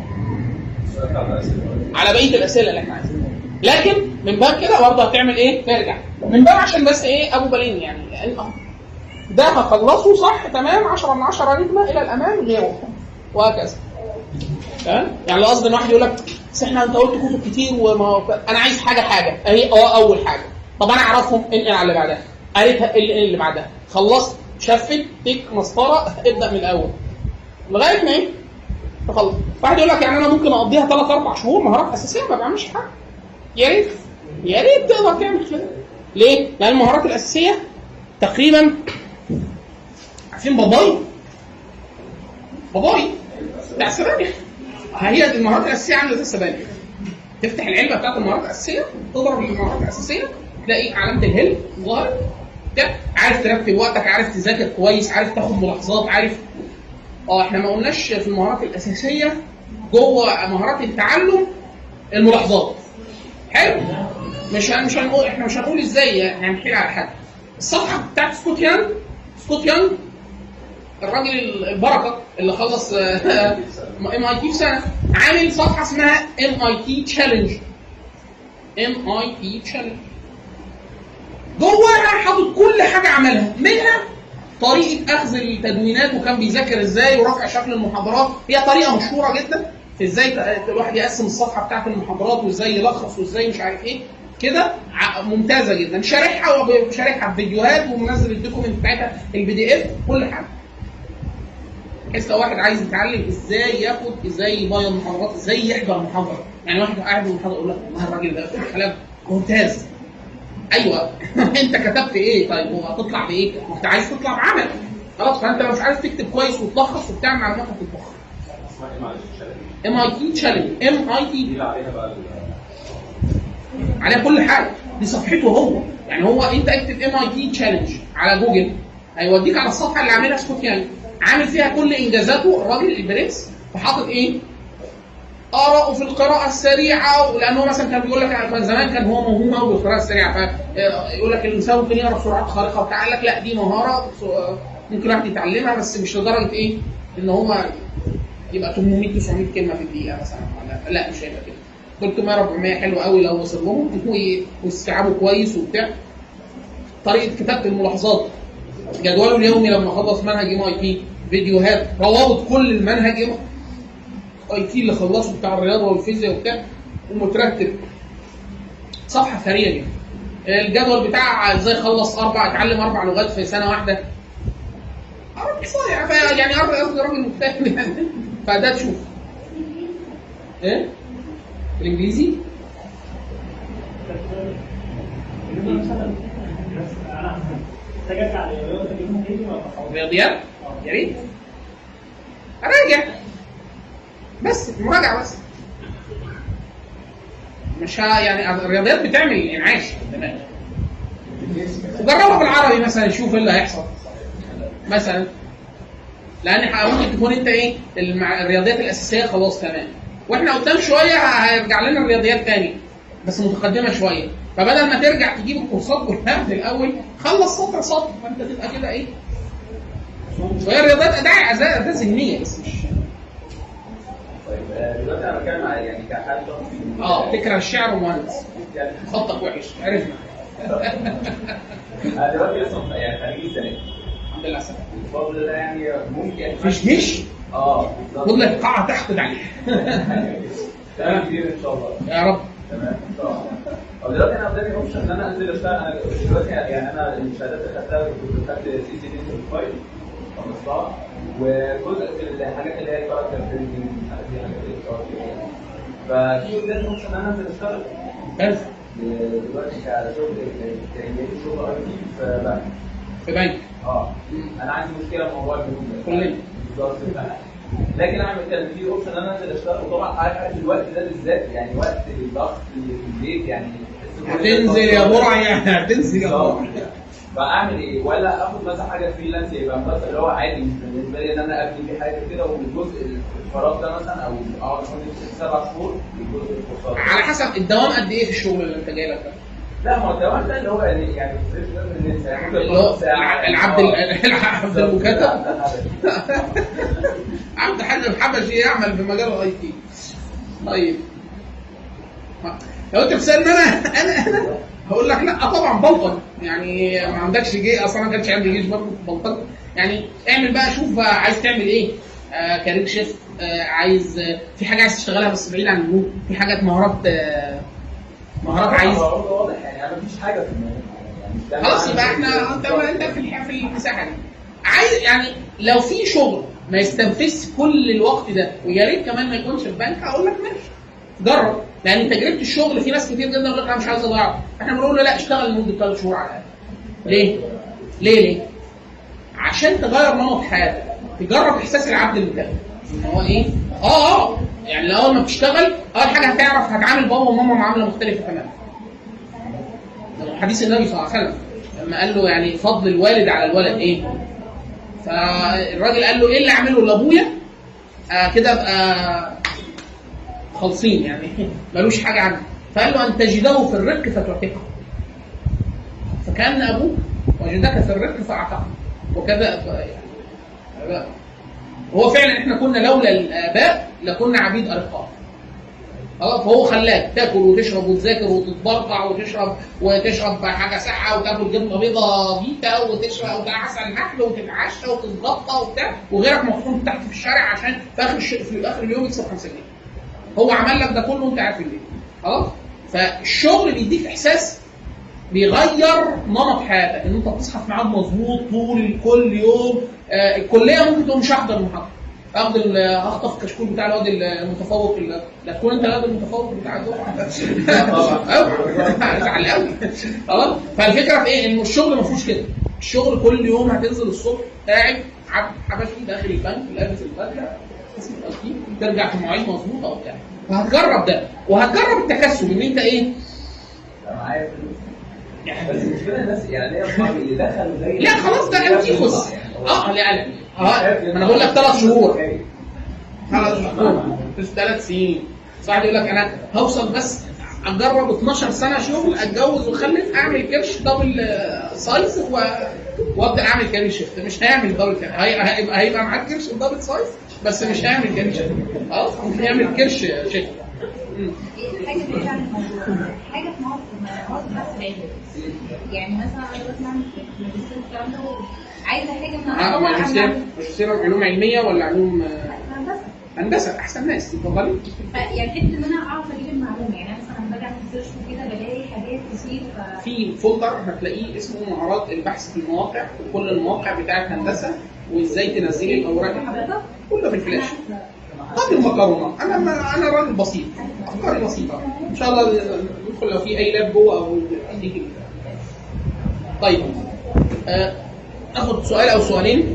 على بقيه الاسئله اللي احنا عايزينها. لكن من باب كده برضه هتعمل ايه؟ ترجع من باب عشان بس ايه؟ ابو بالين يعني ده هخلصه صح تمام 10 من 10 نجمه الى الامام غيره وهكذا. تمام؟ يعني لو قصد ان واحد يقول لك بس احنا انت قلت كتب كتير وما انا عايز حاجه اهي اول حاجه. طب انا اعرفهم انقل على اللي بعدها. قريتها اللي بعدها. خلصت شفت تك مسطره ابدا من الاول لغايه ما ايه؟ تخلص. واحد يقول لك يعني انا ممكن اقضيها 3-4 شهور مهارات اساسيه ما بعملش حاجه. يا ريت تقدر تعمل كده. ليه؟ لان المهارات الاساسيه تقريبا عارفين باباي بتاع السبانخ. هي المهارات الاساسيه عامله زي السبانخ. تفتح العلبه بتاعت المهارات الاساسيه تضرب المهارات الاساسيه تلاقي علامه الهل ظهر. عارف ترتب وقتك، عارف تذاكر كويس، عارف تاخد ملاحظات، عارف. احنا ما قلناش في المهارات الاساسيه جوه مهارات التعلم الملاحظات. حلو؟ مش هنقول احنا مش هنقول ازاي هنحكي على حاجه. الصفحه بتاعت سكوت يانج الراجل البركه اللي خلص MIT في سنه عامل صفحه اسمها MIT تشالنج. جوه حاطط كل حاجه عملها منها طريقه اخذ التدوينات وكان بيذاكر ازاي ورفع شكل المحاضرات. هي طريقه مشهوره جدا في ازاي الواحد يقسم الصفحه بتاعت المحاضرات وازاي يلخص وازاي مش عارف ايه كده. ممتازه جدا. شارحها في فيديوهات ومنزل الدوكيومنت بتاعتها الPDF كل حاجه. بحيث لو واحد عايز يتعلم ازاي ازاي يبين المحاضرات، ازاي يحضر المحاضره. يعني واحد قاعد في المحاضره يقول لك والله الراجل ده كلام ممتاز. ايوه انت كتبت ايه؟ طيب وهتطلع بايه؟ انت عايز تطلع بعمل. خلاص فانت لو مش عارف تكتب كويس وتلخص وبتعمل معلومات هتتبخر. MIT تشالنج. MIT دي عليها كل حاجه. دي صفحته هو. يعني هو انت اكتب MIT تشالنج على جوجل هيوديك على الصفحه اللي عاملها سكوت يانج. عامل فيها كل انجازاته الراجل البرنس وحاطط ايه؟ آراءه في القراءة السريعة. لأنه مثلا كان بيقول لك زمان كان هو موهوم قوي بالقراءة السريعة. فيقول لك الإنسان ممكن يقرأ بسرعات خارقة وبتاع. لك لا دي مهارة ممكن واحد يتعلمها بس مش لدرجه ايه ان هو يبقى 800 900 كلمه في الدقيقه مثلا. لا مش هيبقى كده. 300 400 حلو قوي لو وصل لهم ويستيعبوا كويس وبتاع. طريقه كتابه الملاحظات، جدوله اليومي لما خلص منهج MIT، فيديوهات روابط كل المنهج MIT اللي خلصوا بتاع الرياضه والفيزياء وبتاع، ومترتب صفحه ثريه جدا. الجدول بتاع ازاي خلص اتعلم 4 لغات في سنه واحده. راجل صايع يعني راجل مجتهد يعني. فده تشوف ايه بالانجليزي. رياضيات يا ريت اراجع بس مراجعه بس، مش يعني الرياضيات بتعمل انعاش تمام. جربها بالعربي مثلا شوف ايه اللي هيحصل مثلا، لان ممكن تكون انت ايه الرياضيات الاساسيه خلاص تمام، واحنا قدام شويه هيرجع لنا الرياضيات تاني بس متقدمه شويه، فبدل ما ترجع تجيب الكورسات كلها من الاول خلص سطر سطر، فانت تبقى كده ايه شويه الرياضيات اداه ذهنيه بس مش. طيب دلوقتي انا بتكلم على يعني كحد شخصي تكره الشعر ومهندس خطك وحش عرفنا. دلوقتي لسه يعني خريج السنه الحمد لله سلام بفضل الله يعني ممكن مفيش جيش بالظبط خد لك قاعه تحقد عليها. تمام كتير ان شاء الله يا رب. تمام ان شاء الله. طب دلوقتي انا قدامي اوبشن ان انا انزل اشتغل. انا دلوقتي يعني انا الشهادات اللي خدتها كنت خدت CCD سيرتيفايد 15 وجزء في الحاجات اللي هي كاركتر بيلدينج الحاجات دي حاجات اللي ففي قدامي اوبشن ان انا انزل اشتغل بس دلوقتي كشغل شغل IT في بنك. في بنك انا عندي مشكله في موضوع البنوك كلنا بالظبط. لكن انا كان في اوبشن ان انا انزل اشتغل، وطبعا عارف الوقت ده بالذات يعني وقت الضغط اللي في البيت يعني هتنزل يا برع يعني هتنزل يا برع. فاعمل ايه؟ ولا اخد مثلا حاجه فريلانس يبقى مثلا اللي هو عادي بالنسبه لي ان انا ابني بيه حاجه كده، والجزء الفراغ ده مثلا او اقعد 7 شهور الجزء الكورسات. على حسب الدوام قد ايه في الشغل اللي انت جاي لك ده. لا ما هو الدوام ده اللي هو يعني فريش ده بالنسبه يعني ممكن اللي هو العبد المكاتب. عبد حبشي يعمل في مجال الاي تي. طيب لو انت بتسالني انا هقول لك لا طبعا بلطج، يعني ما عندكش جيش اصلا، ما كانش عندي جيش برضه بلطج. يعني اعمل بقى شوف عايز تعمل ايه، كارير شيفت، عايز في حاجه عايز تشتغلها بس بعيد عن النور، في حاجات مهارات عايز واضح يعني انا مفيش حاجه في الموضوع خلاص يبقى احنا انت في المساحه دي عايز يعني لو في شغل ما يستنفذش كل الوقت ده ويا ريت كمان ما يكونش في بنك هقول لك ماشي جرب، لان تجربه الشغل في ناس كتير جدا يقول لك انا مش عايز اضيعه، احنا بنقول له لا اشتغل لمده 3 شهور على الاقل. ليه؟ عشان تغير نمط حياتك، تجرب احساس العبد المكافئ ان هو ايه يعني اول ما بتشتغل اول حاجه هتعرف هتعامل بابا وماما معامله مختلفه تماما. حديث النبي صلى الله عليه وسلم لما قال له يعني فضل الوالد على الولد ايه، فالراجل قال له ايه اللي اعمله لابويا كده ابقى خالصين يعني ملوش حاجه عنه، فقال له ان تجده في الرق فتعتقه، فكان ابوك وجدك في الرق فاعتقه وكذا يعني. هو فعلا احنا كنا لولا الاباء لكنا عبيد ارقاء. فهو خلاك تاكل وتشرب وتذاكر وتتبرطع وتشرب حاجه ساقعه وتاكل جبنه بيضاء فيتا وتشرب عسل نحل وتتعشى وتتغطى وبتاع، وغيرك مخصوم تحت في الشارع عشان في اخر اليوم يكسب 5 جنيه. هو عمل لك ده كله وانت عارف ليه. خلاص؟ فالشغل بيديك احساس بيغير نمط حياتك، ان انت بتصحى في ميعاد مظبوط كل يوم. الكليه ممكن تقول مش هحضر المحاضره، اخطف الكشكول بتاع الواد المتفوق، لا تكون انت الواد المتفوق بتاع الدفعه زعل قوي. خلاص؟ فالفكره في ايه؟ ان الشغل ما فيهوش كده، الشغل كل يوم هتنزل الصبح قاعد حبشي داخل البنك لابس البدله اسم التوكيل، ترجع في مواعيد مظبوطه وبتاع، وهتجرب ده وهتجرب التكسب ان انت ايه معايا فلوس. بس المشكله الناس يعني هي اصحابي اللي دخلوا زي لا خلاص ده انتيخوس. لا انا بقول لك 3 شهور 3 سنين. صاحبي يقول لك انا هوصل بس اجرب 12 سنه شغل، اتجوز واخلف، اعمل كرش دبل سايز وابدا اعمل كاري شيفت. مش هيعمل دبل كاري، هيبقى معاك كرش دبل سايز بس مش هيعمل كاري شيفت. خلاص مش هيعمل كرش شيفت. حاجه بعيده عن الموضوع، حاجه في مصر بس بعيده. يعني مثلا انا بسمع في الماجستير الكلام ده، عايزه حاجه من ماجستير علوم علميه ولا علوم هندسه. هندسه؟ احسن ناس اتفضلي. يعني حته ان انا اعرف اجيب المعلومه، يعني مثلا لما باجي اعمل سيرش وكده بلاقي حاجات كتير. في فولدر هتلاقيه اسمه مهارات البحث في المواقع، وكل المواقع بتاعت هندسه وازاي تنزلي الاوراق كله في الفلاش. قبل المكرونه انا راجل بسيط، افكاري بسيطه. ان شاء الله ندخل لو في اي لاب جوه او اديك. طيب اخد سؤال او سؤالين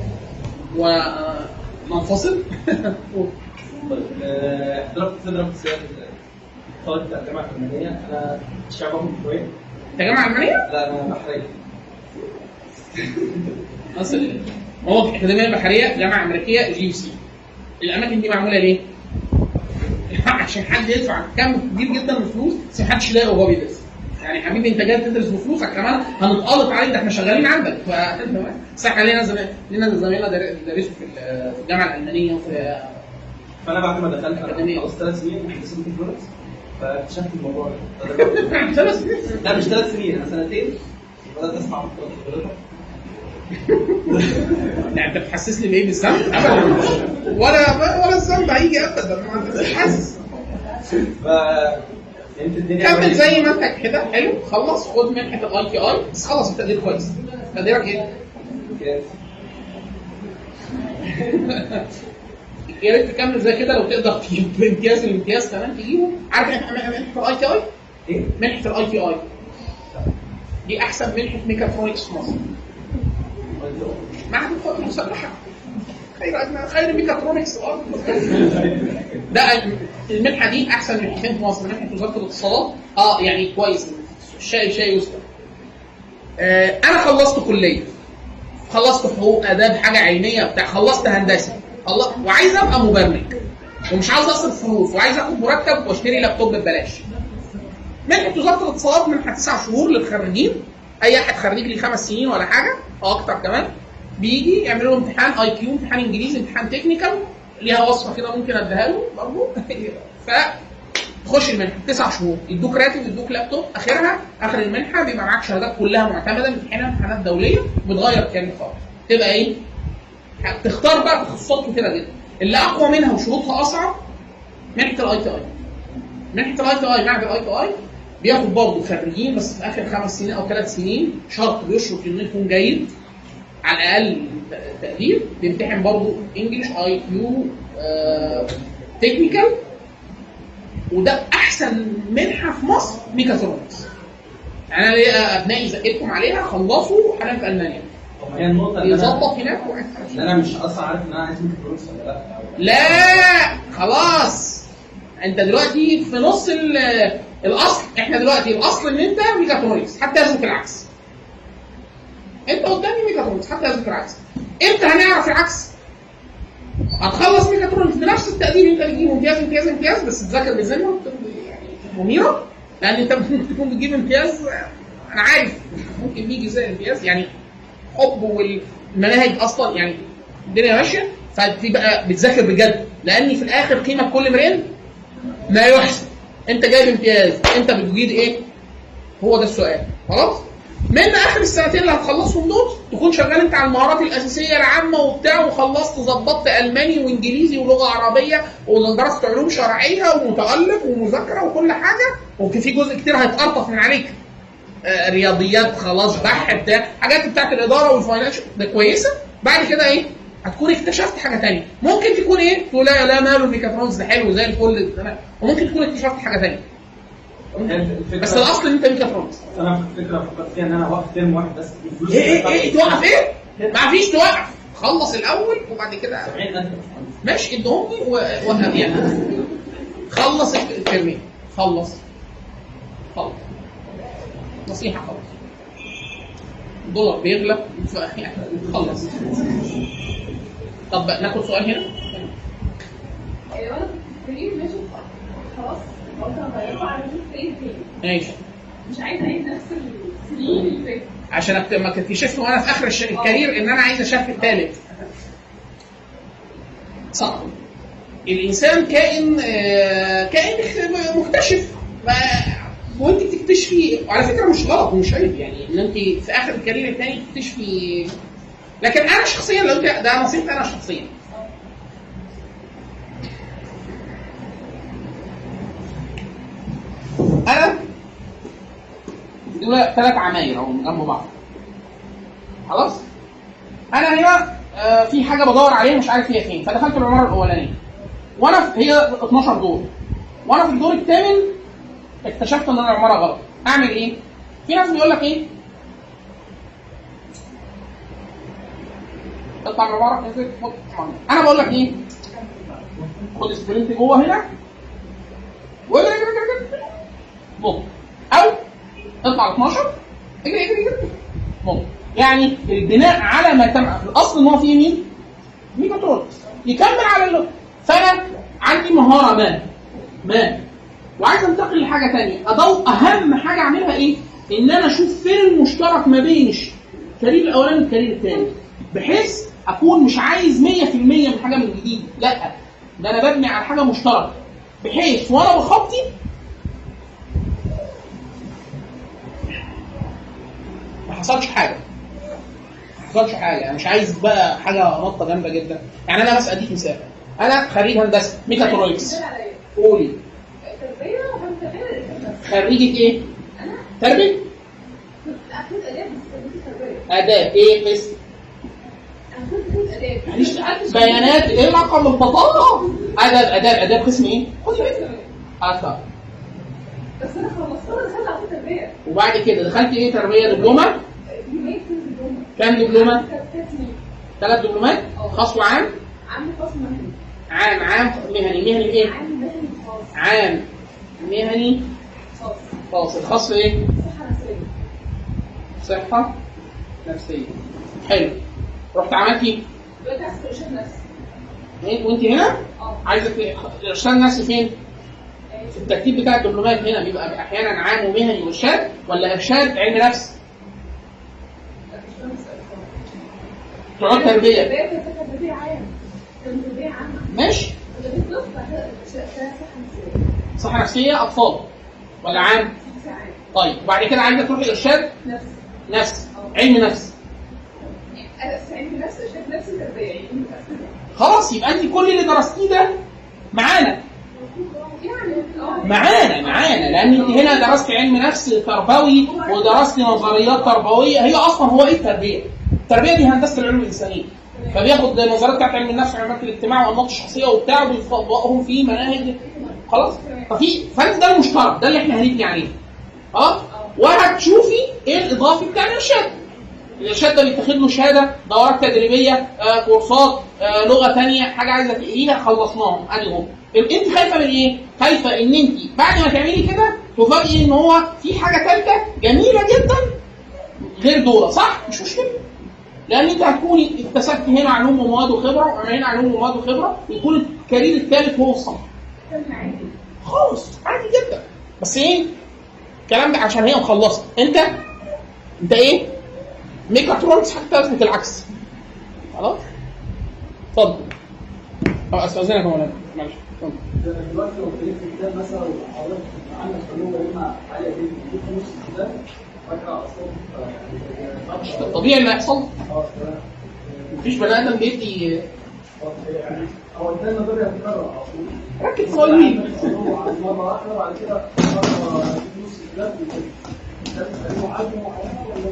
وننفصل. حضرتك تضرب سياسه طالب بتاع الجامعه الالمانيه. انا الشعب باخد شويه. انت جامعه المانيه؟ لا انا بحريه. اصل هو اكاديميه البحريه جامعه امريكيه GUC. الاماكن دي معموله ليه؟ عشان حد يدفع كم كبير جدا من الفلوس بس محدش يلاقي وهو بيدرس. يعني حبيبي انت جاي تدرس بفلوسك كمان هنتقلط عليك، ده احنا شغالين عندك. بس احنا لينا زمايلنا درسوا في الجامعه الالمانيه وفي. فانا بعد ما دخلت انا خلصت 3 سنين مهندس ميكاترونكس، فاكتشفت الموضوع ده. 3 سنين؟ لا مش 3 سنين، انا سنتين بدات اسمع من حضرتك. يعني انت بتحسسني بايه؟ بالذنب؟ ابدا. ولا الذنب هيجي ابدا، ما انت مش حاسس. كمل زي ما انت كده حلو. خلص خد منحه الITI بس خلص التقدير كويس. تقديرك ايه؟ يا ريت تكمل زي كده لو تقدر تجيب الامتياز كمان تجيبه. عارف منحه الITI؟ ايه؟ منحه الITI دي احسن منحه ميكاترونكس في مصر. معهد القوات المسلحه خير ميكاترونكس الارض. ده المنحه دي احسن منحتين في مصر. منحه وزاره الاتصالات يعني كويس، شيء يذكر. انا خلصت كليه، خلصت حقوق اداب حاجه علميه بتاع، خلصت هندسه، وعايز ابقى مبرمج ومش عاوز اصرف فلوس وعايز اخد مرتب واشتري لابتوب ببلاش. منحه وزاره الاتصالات منحه 9 شهور للخريجين. اي احد خريج لي 5 سنين ولا حاجه او اكتر كمان بيجي يعملوا له امتحان IQ، امتحان انجليزي، امتحان تكنيكال، ليها وصفه كده ممكن اديها له برضه. فتخش المنحه 9 شهور، يدوك راتب، يدوك لابتوب. اخر المنحه بيبقى معاك شهادات كلها معتمده، امتحانات دوليه، بتغير كارير خالص. تبقى ايه؟ تختار بقى تخصصات كتيره جدا. اللي اقوى منها وشروطها اصعب منحه الITI. منحه الITI معهد الITI بياخد برضه خريجين بس في اخر 5 سنين او 3 سنين، شرط بيشرط انه يكون جيد على الاقل تقدير. بيمتحن برضه انجلش IQ تكنيكال. وده احسن منحه في مصر ميكاترونكس. يعني انا ليا ابنائي زقتهم عليها خلصوا حاليا في المانيا. هي النقطه يظبط هناك انا مش اصلا عارف ان انا عايز ميكاترونكس ولا لا خلاص انت دلوقتي في نص الاصل. احنا دلوقتي الاصل ان انت ميكاترونكس حتى يثبت العكس. انت قدامي ميكاترونكس حتى يثبت العكس. امتى هنعرف العكس؟ هتخلص ميكاترونكس بنفس التقدير انت بتجيب امتياز بس تذاكر بذمه يعني مميره، لان انت ممكن تكون بتجيب امتياز. انا عارف ممكن بيجي زي امتياز يعني حب والمناهج اصلا يعني الدنيا ماشيه، فتبقى بتذاكر بجد، لان في الاخر قيمه كل امرئ ما يحسن. انت جايب امتياز، انت بتجيد ايه؟ هو ده السؤال. خلاص من اخر السنتين اللي هتخلصهم دول تكون شغال انت على المهارات الاساسيه العامه وبتاع، وخلصت ظبطت الماني وانجليزي ولغه عربيه ودرست علوم شرعيه ومتالف ومذاكره وكل حاجه، وفي جزء كتير هيتقرطف من عليك رياضيات خلاص بحث بتاع حاجات بتاعت الاداره والفاينانشال ده كويسه. بعد كده ايه؟ هتكون اكتشفت حاجه ثانيه. ممكن تكون ايه؟ تقول لا ماله الميكاترونكس ده حلو زي الفل، وممكن تكون اكتشفت حاجه ثانيه. بس الاصل ان انت ميكاترونكس. انا فكره فكرت فيها ان انا اوقف ترم واحد بس. ايه توقف ايه؟ ما فيش توقف، خلص الاول وبعد كده ماشي ادهم لي ووقف يعني. خلص الترمين، خلص نصيحه، خلص الدولار بيغلى يعني خلص. طب ناخد سؤال هنا. انا كنت ماشي خلاص قلت هغيره على فيس تاني. ماشي. مش عايزه اعيد نفس السنين اللي فاتت. عشان ما اكتشفت وانا في اخر الكارير ان انا عايز اشاف الثالث. صح. الانسان كائن مكتشف، وانت بتكتشفي على فكره مش غلط ومش عيب، يعني ان انت في اخر الكارير الثاني تكتشفي. لكن انا شخصيا لو ده نصيحتي انا شخصيا، انا دول 3 عماير اهو جنب بعض. خلاص انا هنا في حاجه بدور عليها مش عارف هي فين، فدخلت العماره الاولانيه وانا هي 12 دور، وانا في الدور الثامن اكتشفت ان العماره غلط. اعمل ايه؟ في ناس بيقول لك ايه؟ اطلع من العماره انزل. انا بقول لك ايه؟ خد سبرنت جوه هنا واجري اجري اجري اجري، او اطلع 12 اجري اجري اجري. يعني البناء على ما تم الاصل ان هو فيه مين؟ ميكاترونكس يكمل على اللغة. فانا عندي مهاره ما وعايز انتقل لحاجه ثانيه، اهم حاجه اعملها ايه؟ ان انا اشوف فين المشترك ما بين الكارير الاولاني والكارير الثاني، بحيث اكون مش عايز 100% من حاجه من جديد، لا ده انا ببني على حاجه مشتركه، بحيث وانا بخطي ما حصلش حاجه. يعني مش عايز بقى حاجه نقطه جامده جدا. يعني انا بس اديك مثال، انا خريج هندسه ميكاترونكس. قولي تربيه وهندسه. خريجة ايه؟ انا تربيه. كنت اخد اداب بس تربيه. اداب ايه قسم؟ انا كنت اداب. معلش بيانات ايه رقم البطاقه؟ اداب قسم ايه؟ خدي بالك. اكتر. بس انا خلصتها دخلت على تربيه. وبعد كده دخلت ايه؟ تربيه دبلومه؟ كام دبلومه؟ 3 دبلومات خاص وعام؟ عام خاص مهني. عام مهني ايه؟ عام مهني خاص. عام مهني خاص. الخاص ايه؟ صحة نفسية. حلو. رحت عملت ايه؟ دلوقتي عايز ارشاد نفسي. وانت هنا؟ عايزة ارشاد نفسي فين؟ في الترتيب بتاع الدبلومات هنا بيبقى احيانا عام ومهني وارشاد، ولا ارشاد علم نفس؟ تقعد تربية. تربية عام. تربية عامة. ماشي. صحة نفسية أطفال ولا عام؟ طيب وبعد كده عايزة تروحي إرشاد نفس. علم نفس. علم نفس إرشاد نفس تربية. خلاص يبقى أنت كل اللي درستيه ده معانا. معانا لأن أنت هنا درست علم نفس تربوي ودرست نظريات تربوية. هي أصلا هو إيه التربية؟ التربية دي هندسة العلوم الإنسانية، فبياخد النظريات بتاعت علم النفس وعلمات الاجتماع وانماط الشخصيه وبتاع ويطبقهم في مناهج. خلاص فانت ده المشترك ده اللي احنا هنبني عليه. وهتشوفي ايه الاضافي بتاع الارشاد ده بيتاخد له شهاده، دورات تدريبيه، كورسات، لغه ثانيه، حاجه عايزه تقريها خلصناهم. ادي هو. انت خايفه من ايه؟ خايفه ان انت بعد ما تعملي كده تفاجئي ان هو في حاجه ثالثه جميله جدا غير دول. صح؟ مش مشكله، لان انت هتكوني اكتسبت هنا علوم ومواد وخبره وهنا علوم ومواد وخبره، يكون الكارير الثالث هو الصح. خالص عادي جدا. بس ايه الكلام ده؟ عشان هي مخلصه. انت ايه؟ ميكاترونكس حتى اثبت العكس. خلاص اتفضل. استاذنك يا مولانا معلش. دلوقتي لو في الكتاب مثلا وحضرتك عندك معلومه لما عاليه جدا في نص الكتاب الطبيعي اللي هيحصل مفيش بني ادم بيدي هو الثاني ده بيتكرر على طول. ركز صلي مره واحده وبعد كده في نص الكتاب بتعمل حجم معين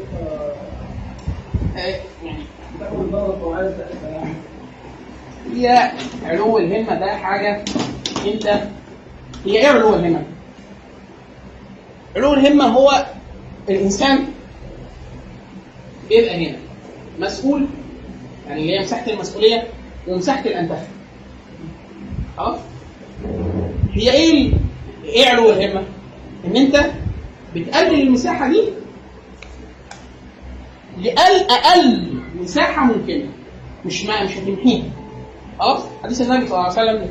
يعني بتاخد الدوره الطبيعيه بتاعتها. يعني هي علو الهمه ده حاجه انت. هي ايه علو الهمه؟ علو الهمه هو الانسان بيبقى هنا مسؤول، يعني اللي هي مساحه المسؤوليه ومساحه الانتفاع. خلاص هي ايه علو الهمه؟ ان انت بتقلل المساحه دي لاقل مساحه ممكنه، مش هتمحيها. خلاص حديث النبي صلى الله عليه وسلم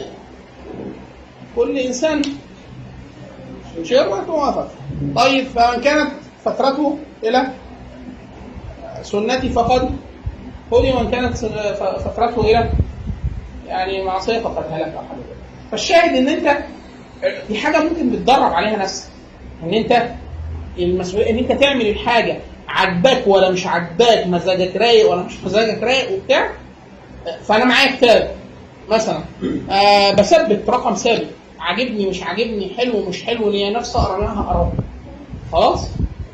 كل انسان شربة ووفت. طيب فمن كانت فترته الى سنتي فقد هدي، ومن كانت فترته الى يعني معصيه فقد هلك او حاجه. فالشاهد ان انت دي حاجه ممكن بتدرب عليها نفسك، ان انت المسؤوليه ان انت تعمل الحاجه عجباك ولا مش عجباك، مزاجك رايق ولا مش مزاجك رايق وبتاع. فانا معايا كتاب مثلا بثبت رقم ثابت، عاجبني مش عاجبني، حلو مش حلو، ليا نفسي اقرا منها اقرا خلاص،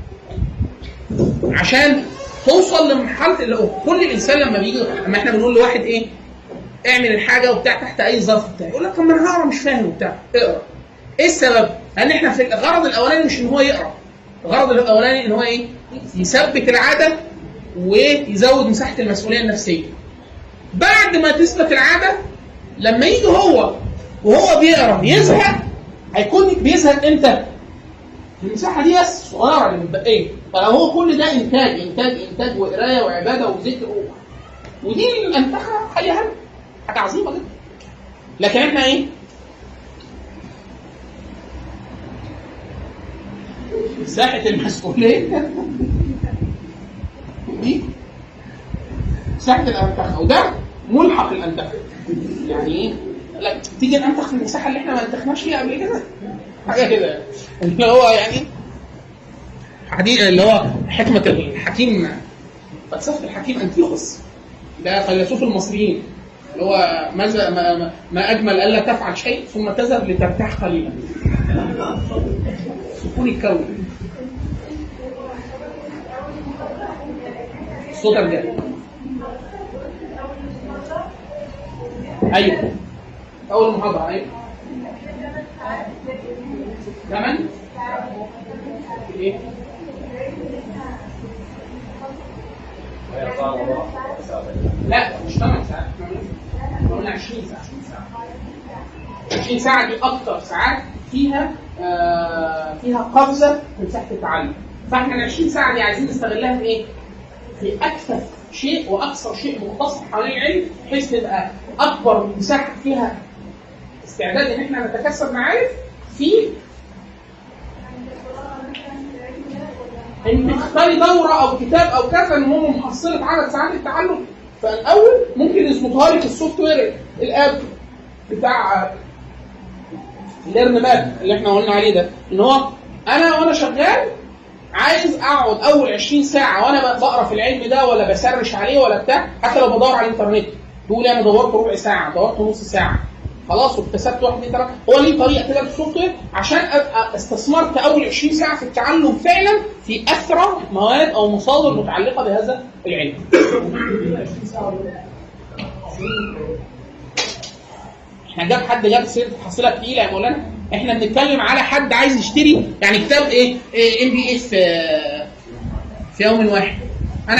عشان توصل لمرحله اللي كل الانسان لما بيجي، لما احنا بنقول لواحد ايه اعمل الحاجه وبتاع تحت اي ظرف بتاع، يقول لك طب ما انا هقرا مش فاهم وبتاع. اقرا. ايه السبب؟ لان احنا في الغرض الاولاني مش ان هو يقرا، الغرض الاولاني ان هو ايه يثبت العاده ويزود مساحه المسؤوليه النفسيه. بعد ما تثبت العاده لما يجي هو وهو بيقرا يزهق، هيكون بيزهق امتى؟ المساحه دي بس صغيره اللي متبقيه. فلو هو كل ده انتاج انتاج انتاج وقرايه وعباده وذكر ودي الانتخه حاجه عظيمه جدا. لكن احنا ايه؟ مساحه المسؤوليه دي مساحه الانتخه، وده ملحق الانتخه. يعني ايه؟ لا تيجي ننتخ في المساحه اللي احنا ما انتخناش فيها قبل كده، حاجه كده اللي هو يعني حديث اللي هو حكمه الحكيم، فلسفه الحكيم انتيخوس، ده فيلسوف المصريين، اللي هو ما اجمل الا تفعل شيء ثم تذهب لترتاح قليلا. سكون الكون. الصوت الجاي. ايوه اول محاضره. ايوه كمان ايه لا مش 8 ساعات، احنا قلنا 20 ساعه. 20 ساعه دي اكتر ساعات فيها قفزه في مساحه التعلم. فاحنا ال 20 ساعه دي عايزين نستغلها في ايه؟ في اكثر شيء واكثر شيء مختص حوالين العلم، بحيث تبقى اكبر مساحه فيها استعداد ان احنا نتكسب معارف في ان تختاري دوره او كتاب او كذا ان هو محصله عدد ساعات التعلم. فالاول ممكن يظبطها لي في السوفت وير الاب بتاع ليرن ماب اللي احنا قلنا عليه ده، ان هو انا وانا شغال عايز اقعد اول 20 ساعه وانا بقرا في العلم ده ولا بسرش عليه ولا بتاع، حتى لو بدور على الانترنت تقول انا دورت ربع ساعه، دورت نص ساعه، خلاص واكتسبت 1 2 3. هو ليه طريقه كده في السوفت وير عشان ابقى استثمرت اول 20 ساعه في التعلم فعلا في اثرى مواد او مصادر متعلقه بهذا العلم. احنا حد جاب سيره حصيله تقيله يا مولانا، احنا بنتكلم على حد عايز يشتري يعني كتاب ايه MBA في يوم واحد. انا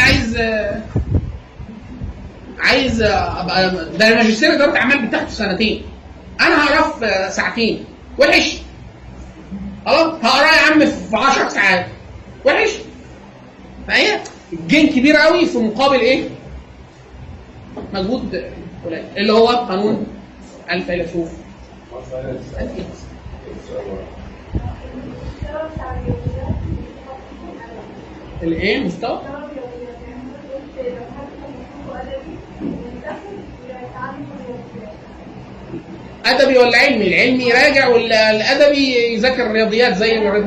عايز ابقى ده الماجستير اداره اعمال بتاخد سنتين، انا هقراه في ساعتين وحش، خلاص هقراه يا عم في 10 ساعات وحش. فهي الجين كبير قوي في مقابل ايه؟ مجهود قليل، اللي هو قانون الفيلسوف. الايه مستوى ادبي ولا علمي؟ العلمي يراجع ولا الادبي يذاكر الرياضيات زي الرياضيات؟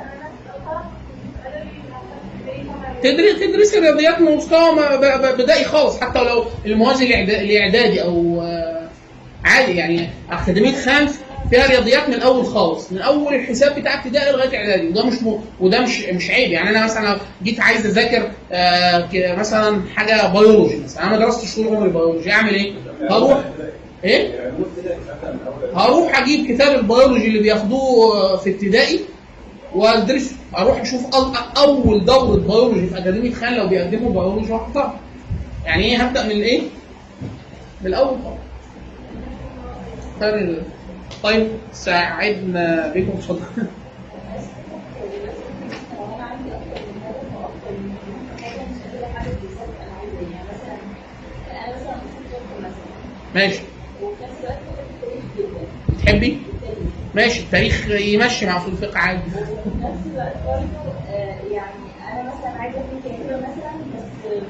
تدرس الرياضيات من مستوى بدائي خالص، حتى لو الموازي الاعدادي او عادي. يعني اكاديميه خانف فيها رياضيات من الاول خالص، من اول الحساب بتاع ابتدائي لغايه اعدادي، وده مش عيب. يعني انا مثلا لو جيت عايز اذاكر مثلا حاجه بيولوجي مثلا، انا ما درستش طول عمري بيولوجي، اعمل ايه؟ هروح اجيب كتاب البيولوجي اللي بياخدوه في ابتدائي وادرسه، اروح اشوف اول دوره بيولوجي في اكاديميه خان لو بيقدموا بيولوجي واحطها. يعني ايه؟ هبدا من الايه؟ من الاول خالص. طيب ساعدنا بكم اتفضل. ماشي. بتحبي؟ ماشي. التاريخ يمشي مع اصول الفقه عادي. وفي نفس الوقت برضه يعني انا مثلا عايزه اكون كاتبه مثلا، بس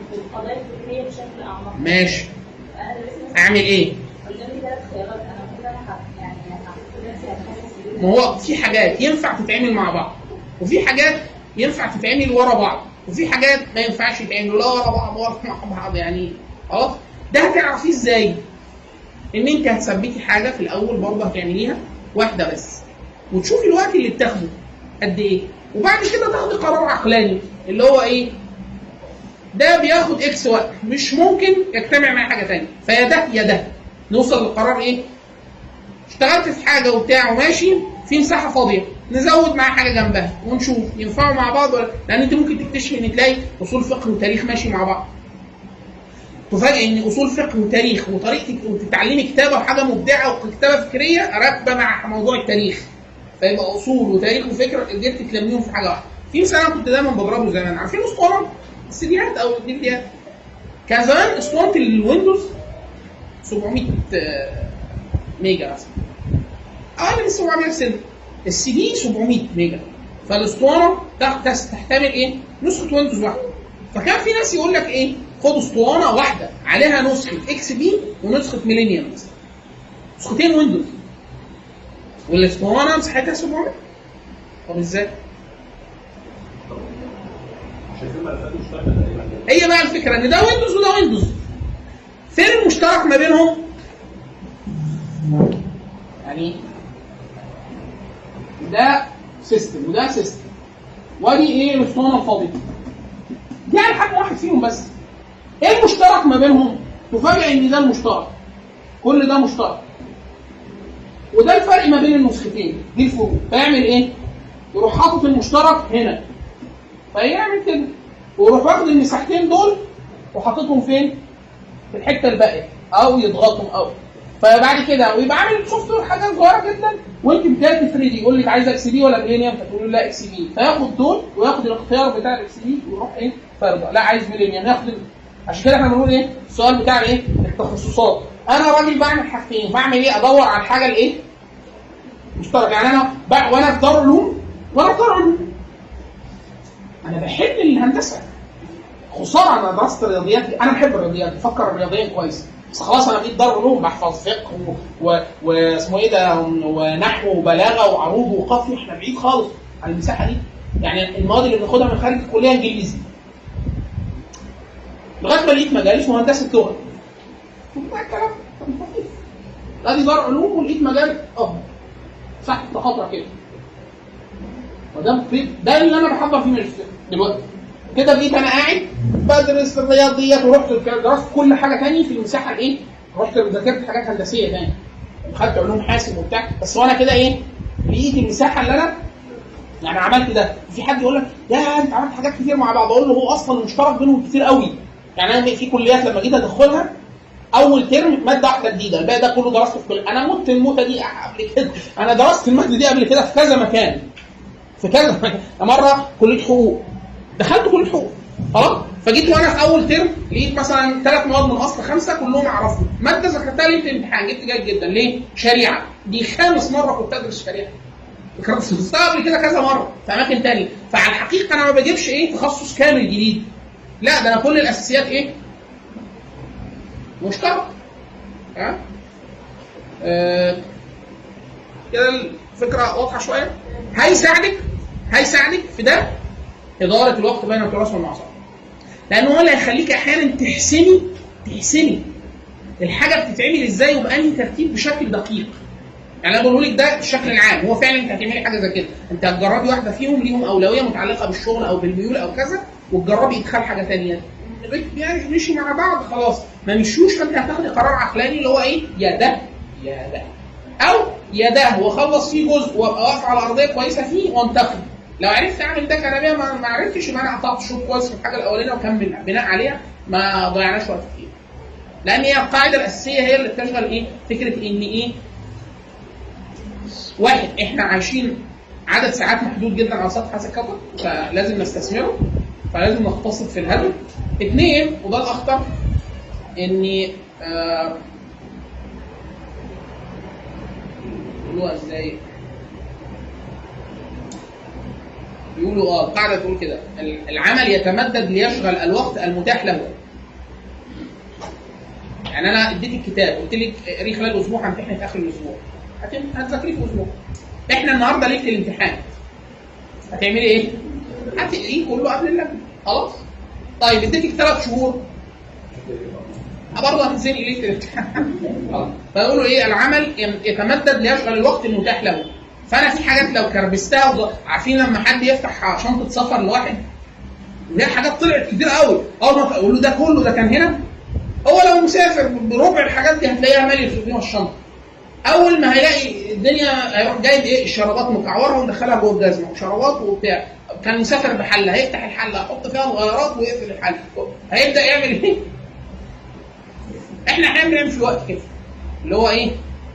العمليه الفكريه بشكل اعمق. ماشي. انا لسه اعمل ايه؟ قدامي 3 خيارات، انا المفروض انا يعني هحط نفسي هتحسس ما هو في حاجات ينفع تتعمل مع بعض، وفي حاجات ينفع تتعمل ورا بعض، وفي حاجات ما ينفعش يتعملوا لا ورا بعض ولا مع بعض. يعني خلاص ده هتعرفيه ازاي؟ ان انت هتثبتي حاجه في الاول برضه هتعمليها واحده بس، وتشوفي الوقت اللي بتاخده قد ايه، وبعد كده تاخدي قرار عقلاني اللي هو ايه؟ ده بياخد اكس وقت، مش ممكن يجتمع مع حاجه ثانيه، فيا ده يا ده. نوصل للقرار ايه؟ اشتغلت في حاجه وبتاع وماشي في مساحه فاضيه، نزود مع حاجه جنبها ونشوف ينفعوا مع بعض ولا، لان انت ممكن تكتشف ان تلاقي اصول فقه وتاريخ ماشي مع بعض. تفاجئ ان اصول فقه وتاريخ وطريقه وتتعلمي كتابه وحاجه مبدعه وكتابه فكريه راكبه مع موضوع التاريخ، فيبقى اصول وتاريخ وفكره قدرت تلميهم في حاجه واحده. في مثال انا كنت دايما بضربه زمان، عارفين اسطوانه السيديات او الديفيديات؟ كان زمان اسطوانه الويندوز 700 ميجا مثلا، اقل من 700 سنه، السي دي 700 ميجا، فالاسطوانه تحتمل ايه؟ نسخه ويندوز واحده. فكان في ناس يقول لك ايه؟ خد اسطوانه واحده عليها نسخه اكس بي ونسخه ميلينيوم مثلا، نسختين ويندوز، والاسطوانه مساحتها 700. طب ازاي؟ هي بقى الفكره ان ده ويندوز وده ويندوز، فين المشترك ما بينهم؟ يعني ده سيستم وده سيستم، ودي ايه؟ الاسطوانه الفاضيه دي على حجم واحد فيهم بس. ايه المشترك ما بينهم؟ تفاجئ ان ده المشترك، كل ده مشترك، وده الفرق ما بين النسختين، دي الفروق. فيعمل ايه؟ يروح حاطط المشترك هنا، فيعمل كده، ويروح واخد المساحتين دول وحاططهم فين؟ في الحته الباقيه، او يضغطهم او فبعد كده ويبقى عامل سوفت وير حاجه صغيره جدا، وانت بدايه تفريدي يقول لك عايز اكس بي ولا ميلينيوم، فتقول له لا اكس بي، فياخد دول وياخد الاختيار بتاع الاكس بي ويروح ايه؟ فرضه لا عايز ميلينيوم ياخد. عشان كده احنا بنقول ايه؟ السؤال بتاع ايه؟ التخصصات. انا راجل بعمل حاجتين، بعمل ايه؟ ادور على الحاجه الايه؟ مشترك. يعني انا وانا في دار علوم انا بحب الهندسه، خساره انا درست رياضيات، انا بحب الرياضيات، بفكر رياضيا كويس، بس خلاص انا بقيت دار علوم بحفظ فقه واسمه ايه ده ونحو وبلاغه وعروض وقافيه، احنا بعيد خالص عن المساحه دي. يعني المواد اللي بناخدها من خارج الكليه انجليزي، لغايه ما لقيت مجال اسمه هندسه لغه، ما الكلام ادي دار علوم ولقيت مجال افضل صح خطره كده، ده اللي انا بحضر فيه ماجستير دلوقتي. كده بقيت انا قاعد بدرس الرياضيات، ورحت درست كل حاجه ثانيه في المساحه الايه، رحت ذاكرت حاجات هندسيه ثانيه، خدت علوم حاسب وبتاع، بس وانا كده ايه؟ لقيت المساحه اللي انا يعني عملت ده. في حد يقول لك يا انت عملت حاجات كتير مع بعض، اقول له هو اصلا المشترك بينهم كتير قوي. يعني انا في كليات لما جيت ادخلها اول ترم ماده واحده جديده، الباقي ده كله درسته في كل. انا مت الموتة دي قبل كده، انا درست الماده دي قبل كده في كذا مكان، في كذا مره كليه حقوق، دخلت كليه حقوق خلاص، فجيت وانا في اول ترم لقيت مثلا 3 مواد من اصل 5 كلهم اعرفهم، ماده ذاكرتها لي في امتحان جبت جيد جدا. ليه؟ شريعه، دي 5 مره كنت ادرس شريعه، كنت درستها قبل كده كذا مره في اماكن ثانيه. فعلى الحقيقه انا ما بجيبش ايه تخصص كامل جديد، لا ده انا كل الاساسيات ايه؟ مشترك. كده الفكره واضحه شويه. هيساعدك في ده اداره الوقت بين التراث والمعاصره، لانه هو اللي هيخليك احيانا تحسني الحاجه بتتعمل ازاي وبأنهي ترتيب بشكل دقيق. يعني انا بقول لك ده الشكل العام، هو فعلا انت هتعملي حاجه زي كده، انت هتجربي واحده فيهم ليهم اولويه متعلقه بالشغل او بالميول او كذا، وتجربي ادخال حاجه ثانيه، يعني مشي مع بعض خلاص ما مشوش، فانت هتاخدي قرار عقلاني اللي هو ايه؟ يا ده او يا ده، واخلص فيه جزء وابقى واقف على ارضيه كويسه فيه وانتقل. لو عرفت اعمل ده كلاميا ما عرفتش، يبقى انا قطعت شوط كويس في الحاجه الاولانيه وكمل بناء عليها، ما ضيعناش وقت كتير. لان هي القاعده الاساسيه هي اللي بتشغل ايه؟ فكره ان ايه؟ واحد، احنا عايشين عدد ساعات محدود جدا على سطح هذا الكوكب، فلازم نستثمره، فلازم نقتصد في الهدف. 2، وده الاخطر، اني يقولوها ازاي؟ يقولوا القاعده تقول كده: العمل يتمدد ليشغل الوقت المتاح له يعني انا اديتك الكتاب قلت لك اقريه خلال اسبوع، همتحن في اخر الاسبوع، هتذاكريه في اسبوع. احنا النهارده ليله الامتحان هتعملي ايه؟ هتقريه كله قبل اللجنه خلاص. طيب اديتك 3 شهور برضه هتنزلي ليله الامتحان خلاص. فيقولوا ايه؟ العمل يتمدد ليشغل الوقت المتاح له. فانا في حاجات لو كربستها، عارفين لما حد يفتح شنطه سفر لواحد وهي حاجات طلعت كتير قوي، اول ما اقول له ده كله ده كان هنا، هو لو مسافر بربع الحاجات دي هتلاقيها ماليه في الشنطه. اول ما هيلاقي الدنيا هيروح جايب ايه؟ الشرابات مكعورها ومدخلها جوه الجزمه، شرابات وبتاع. كان مسافر بحله، هيفتح الحله يحط فيها الغيارات ويقفل الحله، هيبدا يعمل ايه؟ احنا احيانا بنعمل في وقت كده اللي هو ايه؟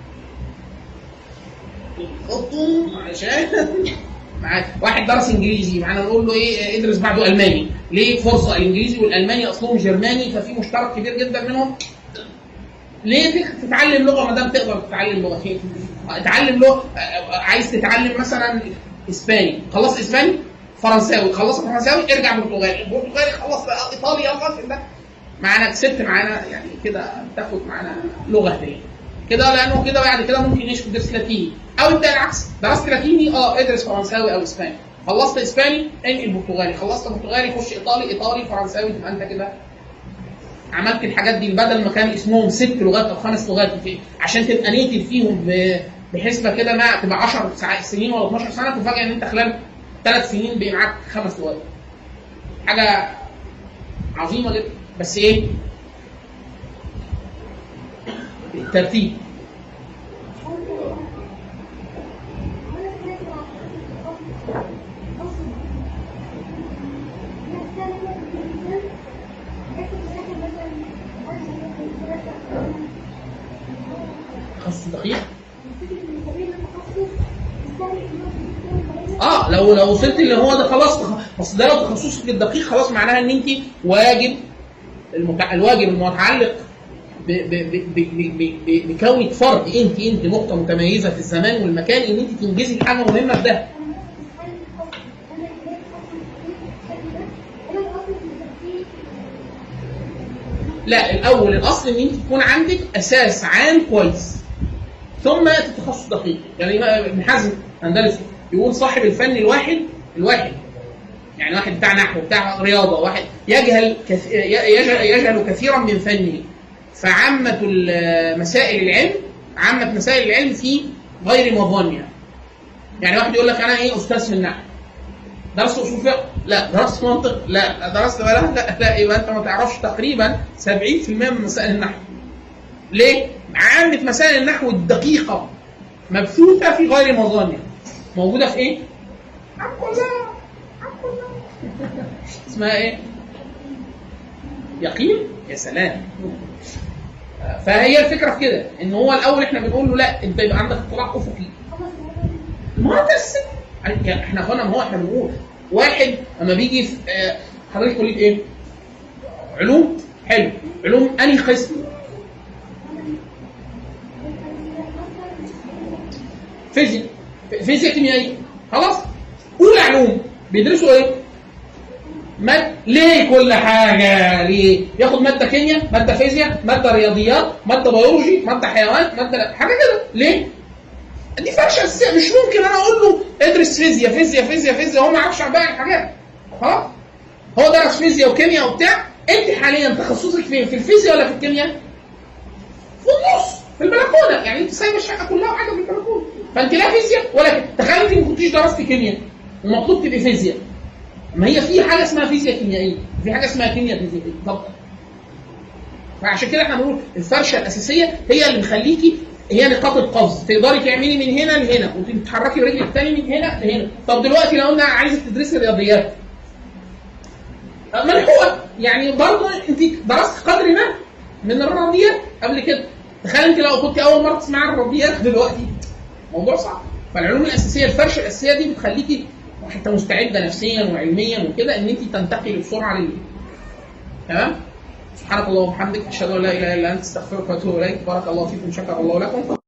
خطهم عشان معاك واحد درس انجليزي معانا نقول له ايه؟ ادرس بعده الماني. ليه؟ فرصه الانجليزي والالماني اصلهم جرماني، ففي مشترك كبير جدا منهم. ليه تتعلم لغه ما دام تقدر تتعلم لغه؟ اتعلم لغه. عايز تتعلم مثلا اسباني، خلص اسباني. فرنساوي، خلص فرنساوي. ارجع برتغالي، برتغالي خلص ايطالي، خلص ده معانا كسبت معانا يعني كده، تاخد معانا لغه هديه كده، لانه كده بعد كده ممكن يعيش في درس لاتيني. او انت العكس، درست لاتيني ادرس فرنساوي او اسباني. خلصت اسباني انقل برتغالي، خلصت برتغالي خش ايطالي فرنساوي. تبقى انت كده عملت الحاجات دي، بدل ما كان اسمهم 6 لغات او 5 لغات عشان تبقى نيتف فيهم بحسبه كده ما تبقى 10 سنين ولا 12 سنه، تفاجئ ان انت خلال 3 سنين بقى معاك 5 لغات. حاجه عظيمه جدا. بس ايه؟ الترتيب. تخصص دقيق. لو وصلت اللي هو ده خلاص، اصل ده لو تخصصك الدقيق خلاص معناها ان انت واجب الواجب المتعلق بكونك فرد، انت نقطه متميزه في الزمان والمكان، ان انت تنجزي حاجه مهمه في ده. لا، الاصل ان انت تكون عندك اساس عام كويس ثم تتخصص دقيق. يعني ابن حزم اندلسي يقول صاحب الفن الواحد يعني واحد بتاع نحو بتاع رياضه، واحد يجهل كثيرا من فنه، فعامة عامة مسائل العلم في غير مظانها. يعني واحد يقول لك انا استاذ في النحو، درست اصول فقه؟ لا. درست منطق؟ لا. درست بلاغه؟ لا. يبقى انت ما تعرفش تقريبا 70% من مسائل النحو. ليه؟ عامة مسائل النحو الدقيقة مبثوثة في غير مظانها، موجودة في ايه؟ اسمها ايه؟ يقين. يا سلام. فهي الفكرة في كده، ان هو الاول احنا بنقول له لا، انت يبقى عندك اطلاع افقي. ما هو احنا قلنا، ما هو احنا بنقول واحد اما بيجي في حضرتك كليه ايه؟ علوم. حلو. علوم انهي قسم؟ فيزياء كيميائيه. خلاص. اولى علوم بيدرسوا ايه؟ ليه كل حاجه؟ ليه؟ ياخد ماده كيمياء، ماده فيزياء، ماده رياضيات، ماده بيولوجي، ماده حيوان، ماده حاجه كده. ليه؟ دي فرشه اساسيه. مش ممكن انا اقول له ادرس فيزياء هو ما يعرفش عن باقي الحاجات. خلاص. هو درس فيزياء وكيمياء وبتاع. انت حاليا تخصصك فين؟ في الفيزياء ولا في الكيمياء؟ في النص، في البلكونه. يعني انت سايبه الشقه كلها وقاعده في البلكونه، فانت لا فيزياء ولا كيمياء. تخيل انت ما كنتيش درست كيمياء ومطلوب تبقي فيزياء. ما هي في حاجه اسمها فيزياء كيميائيه، في حاجه اسمها كيمياء فيزيائيه. طب فعشان كده احنا بنقول الفرشه الاساسيه هي اللي مخليكي، هي نقاط القفز. تقدري تعملي من هنا لهنا وتتحركي برجلك الثاني من هنا لهنا. طب دلوقتي لو قلنا عايزه تدرسي رياضيات ملحوقه، يعني برضه انت درست قدر ما من الرياضيات قبل كده. تخيل انت لو كنت اول مره تسمعي الرياضيات دلوقتي، موضوع صعب. فالعلوم الاساسيه، الفرشه الاساسيه دي بتخليكي حتى مستعده نفسيا وعلميا وكده ان انت تنتقلي بسرعه تمام. سبحانك اللهم وبحمدك، اشهد ان لا اله الا انت، استغفرك واتوب اليك. بارك الله فيكم، شكر الله لكم.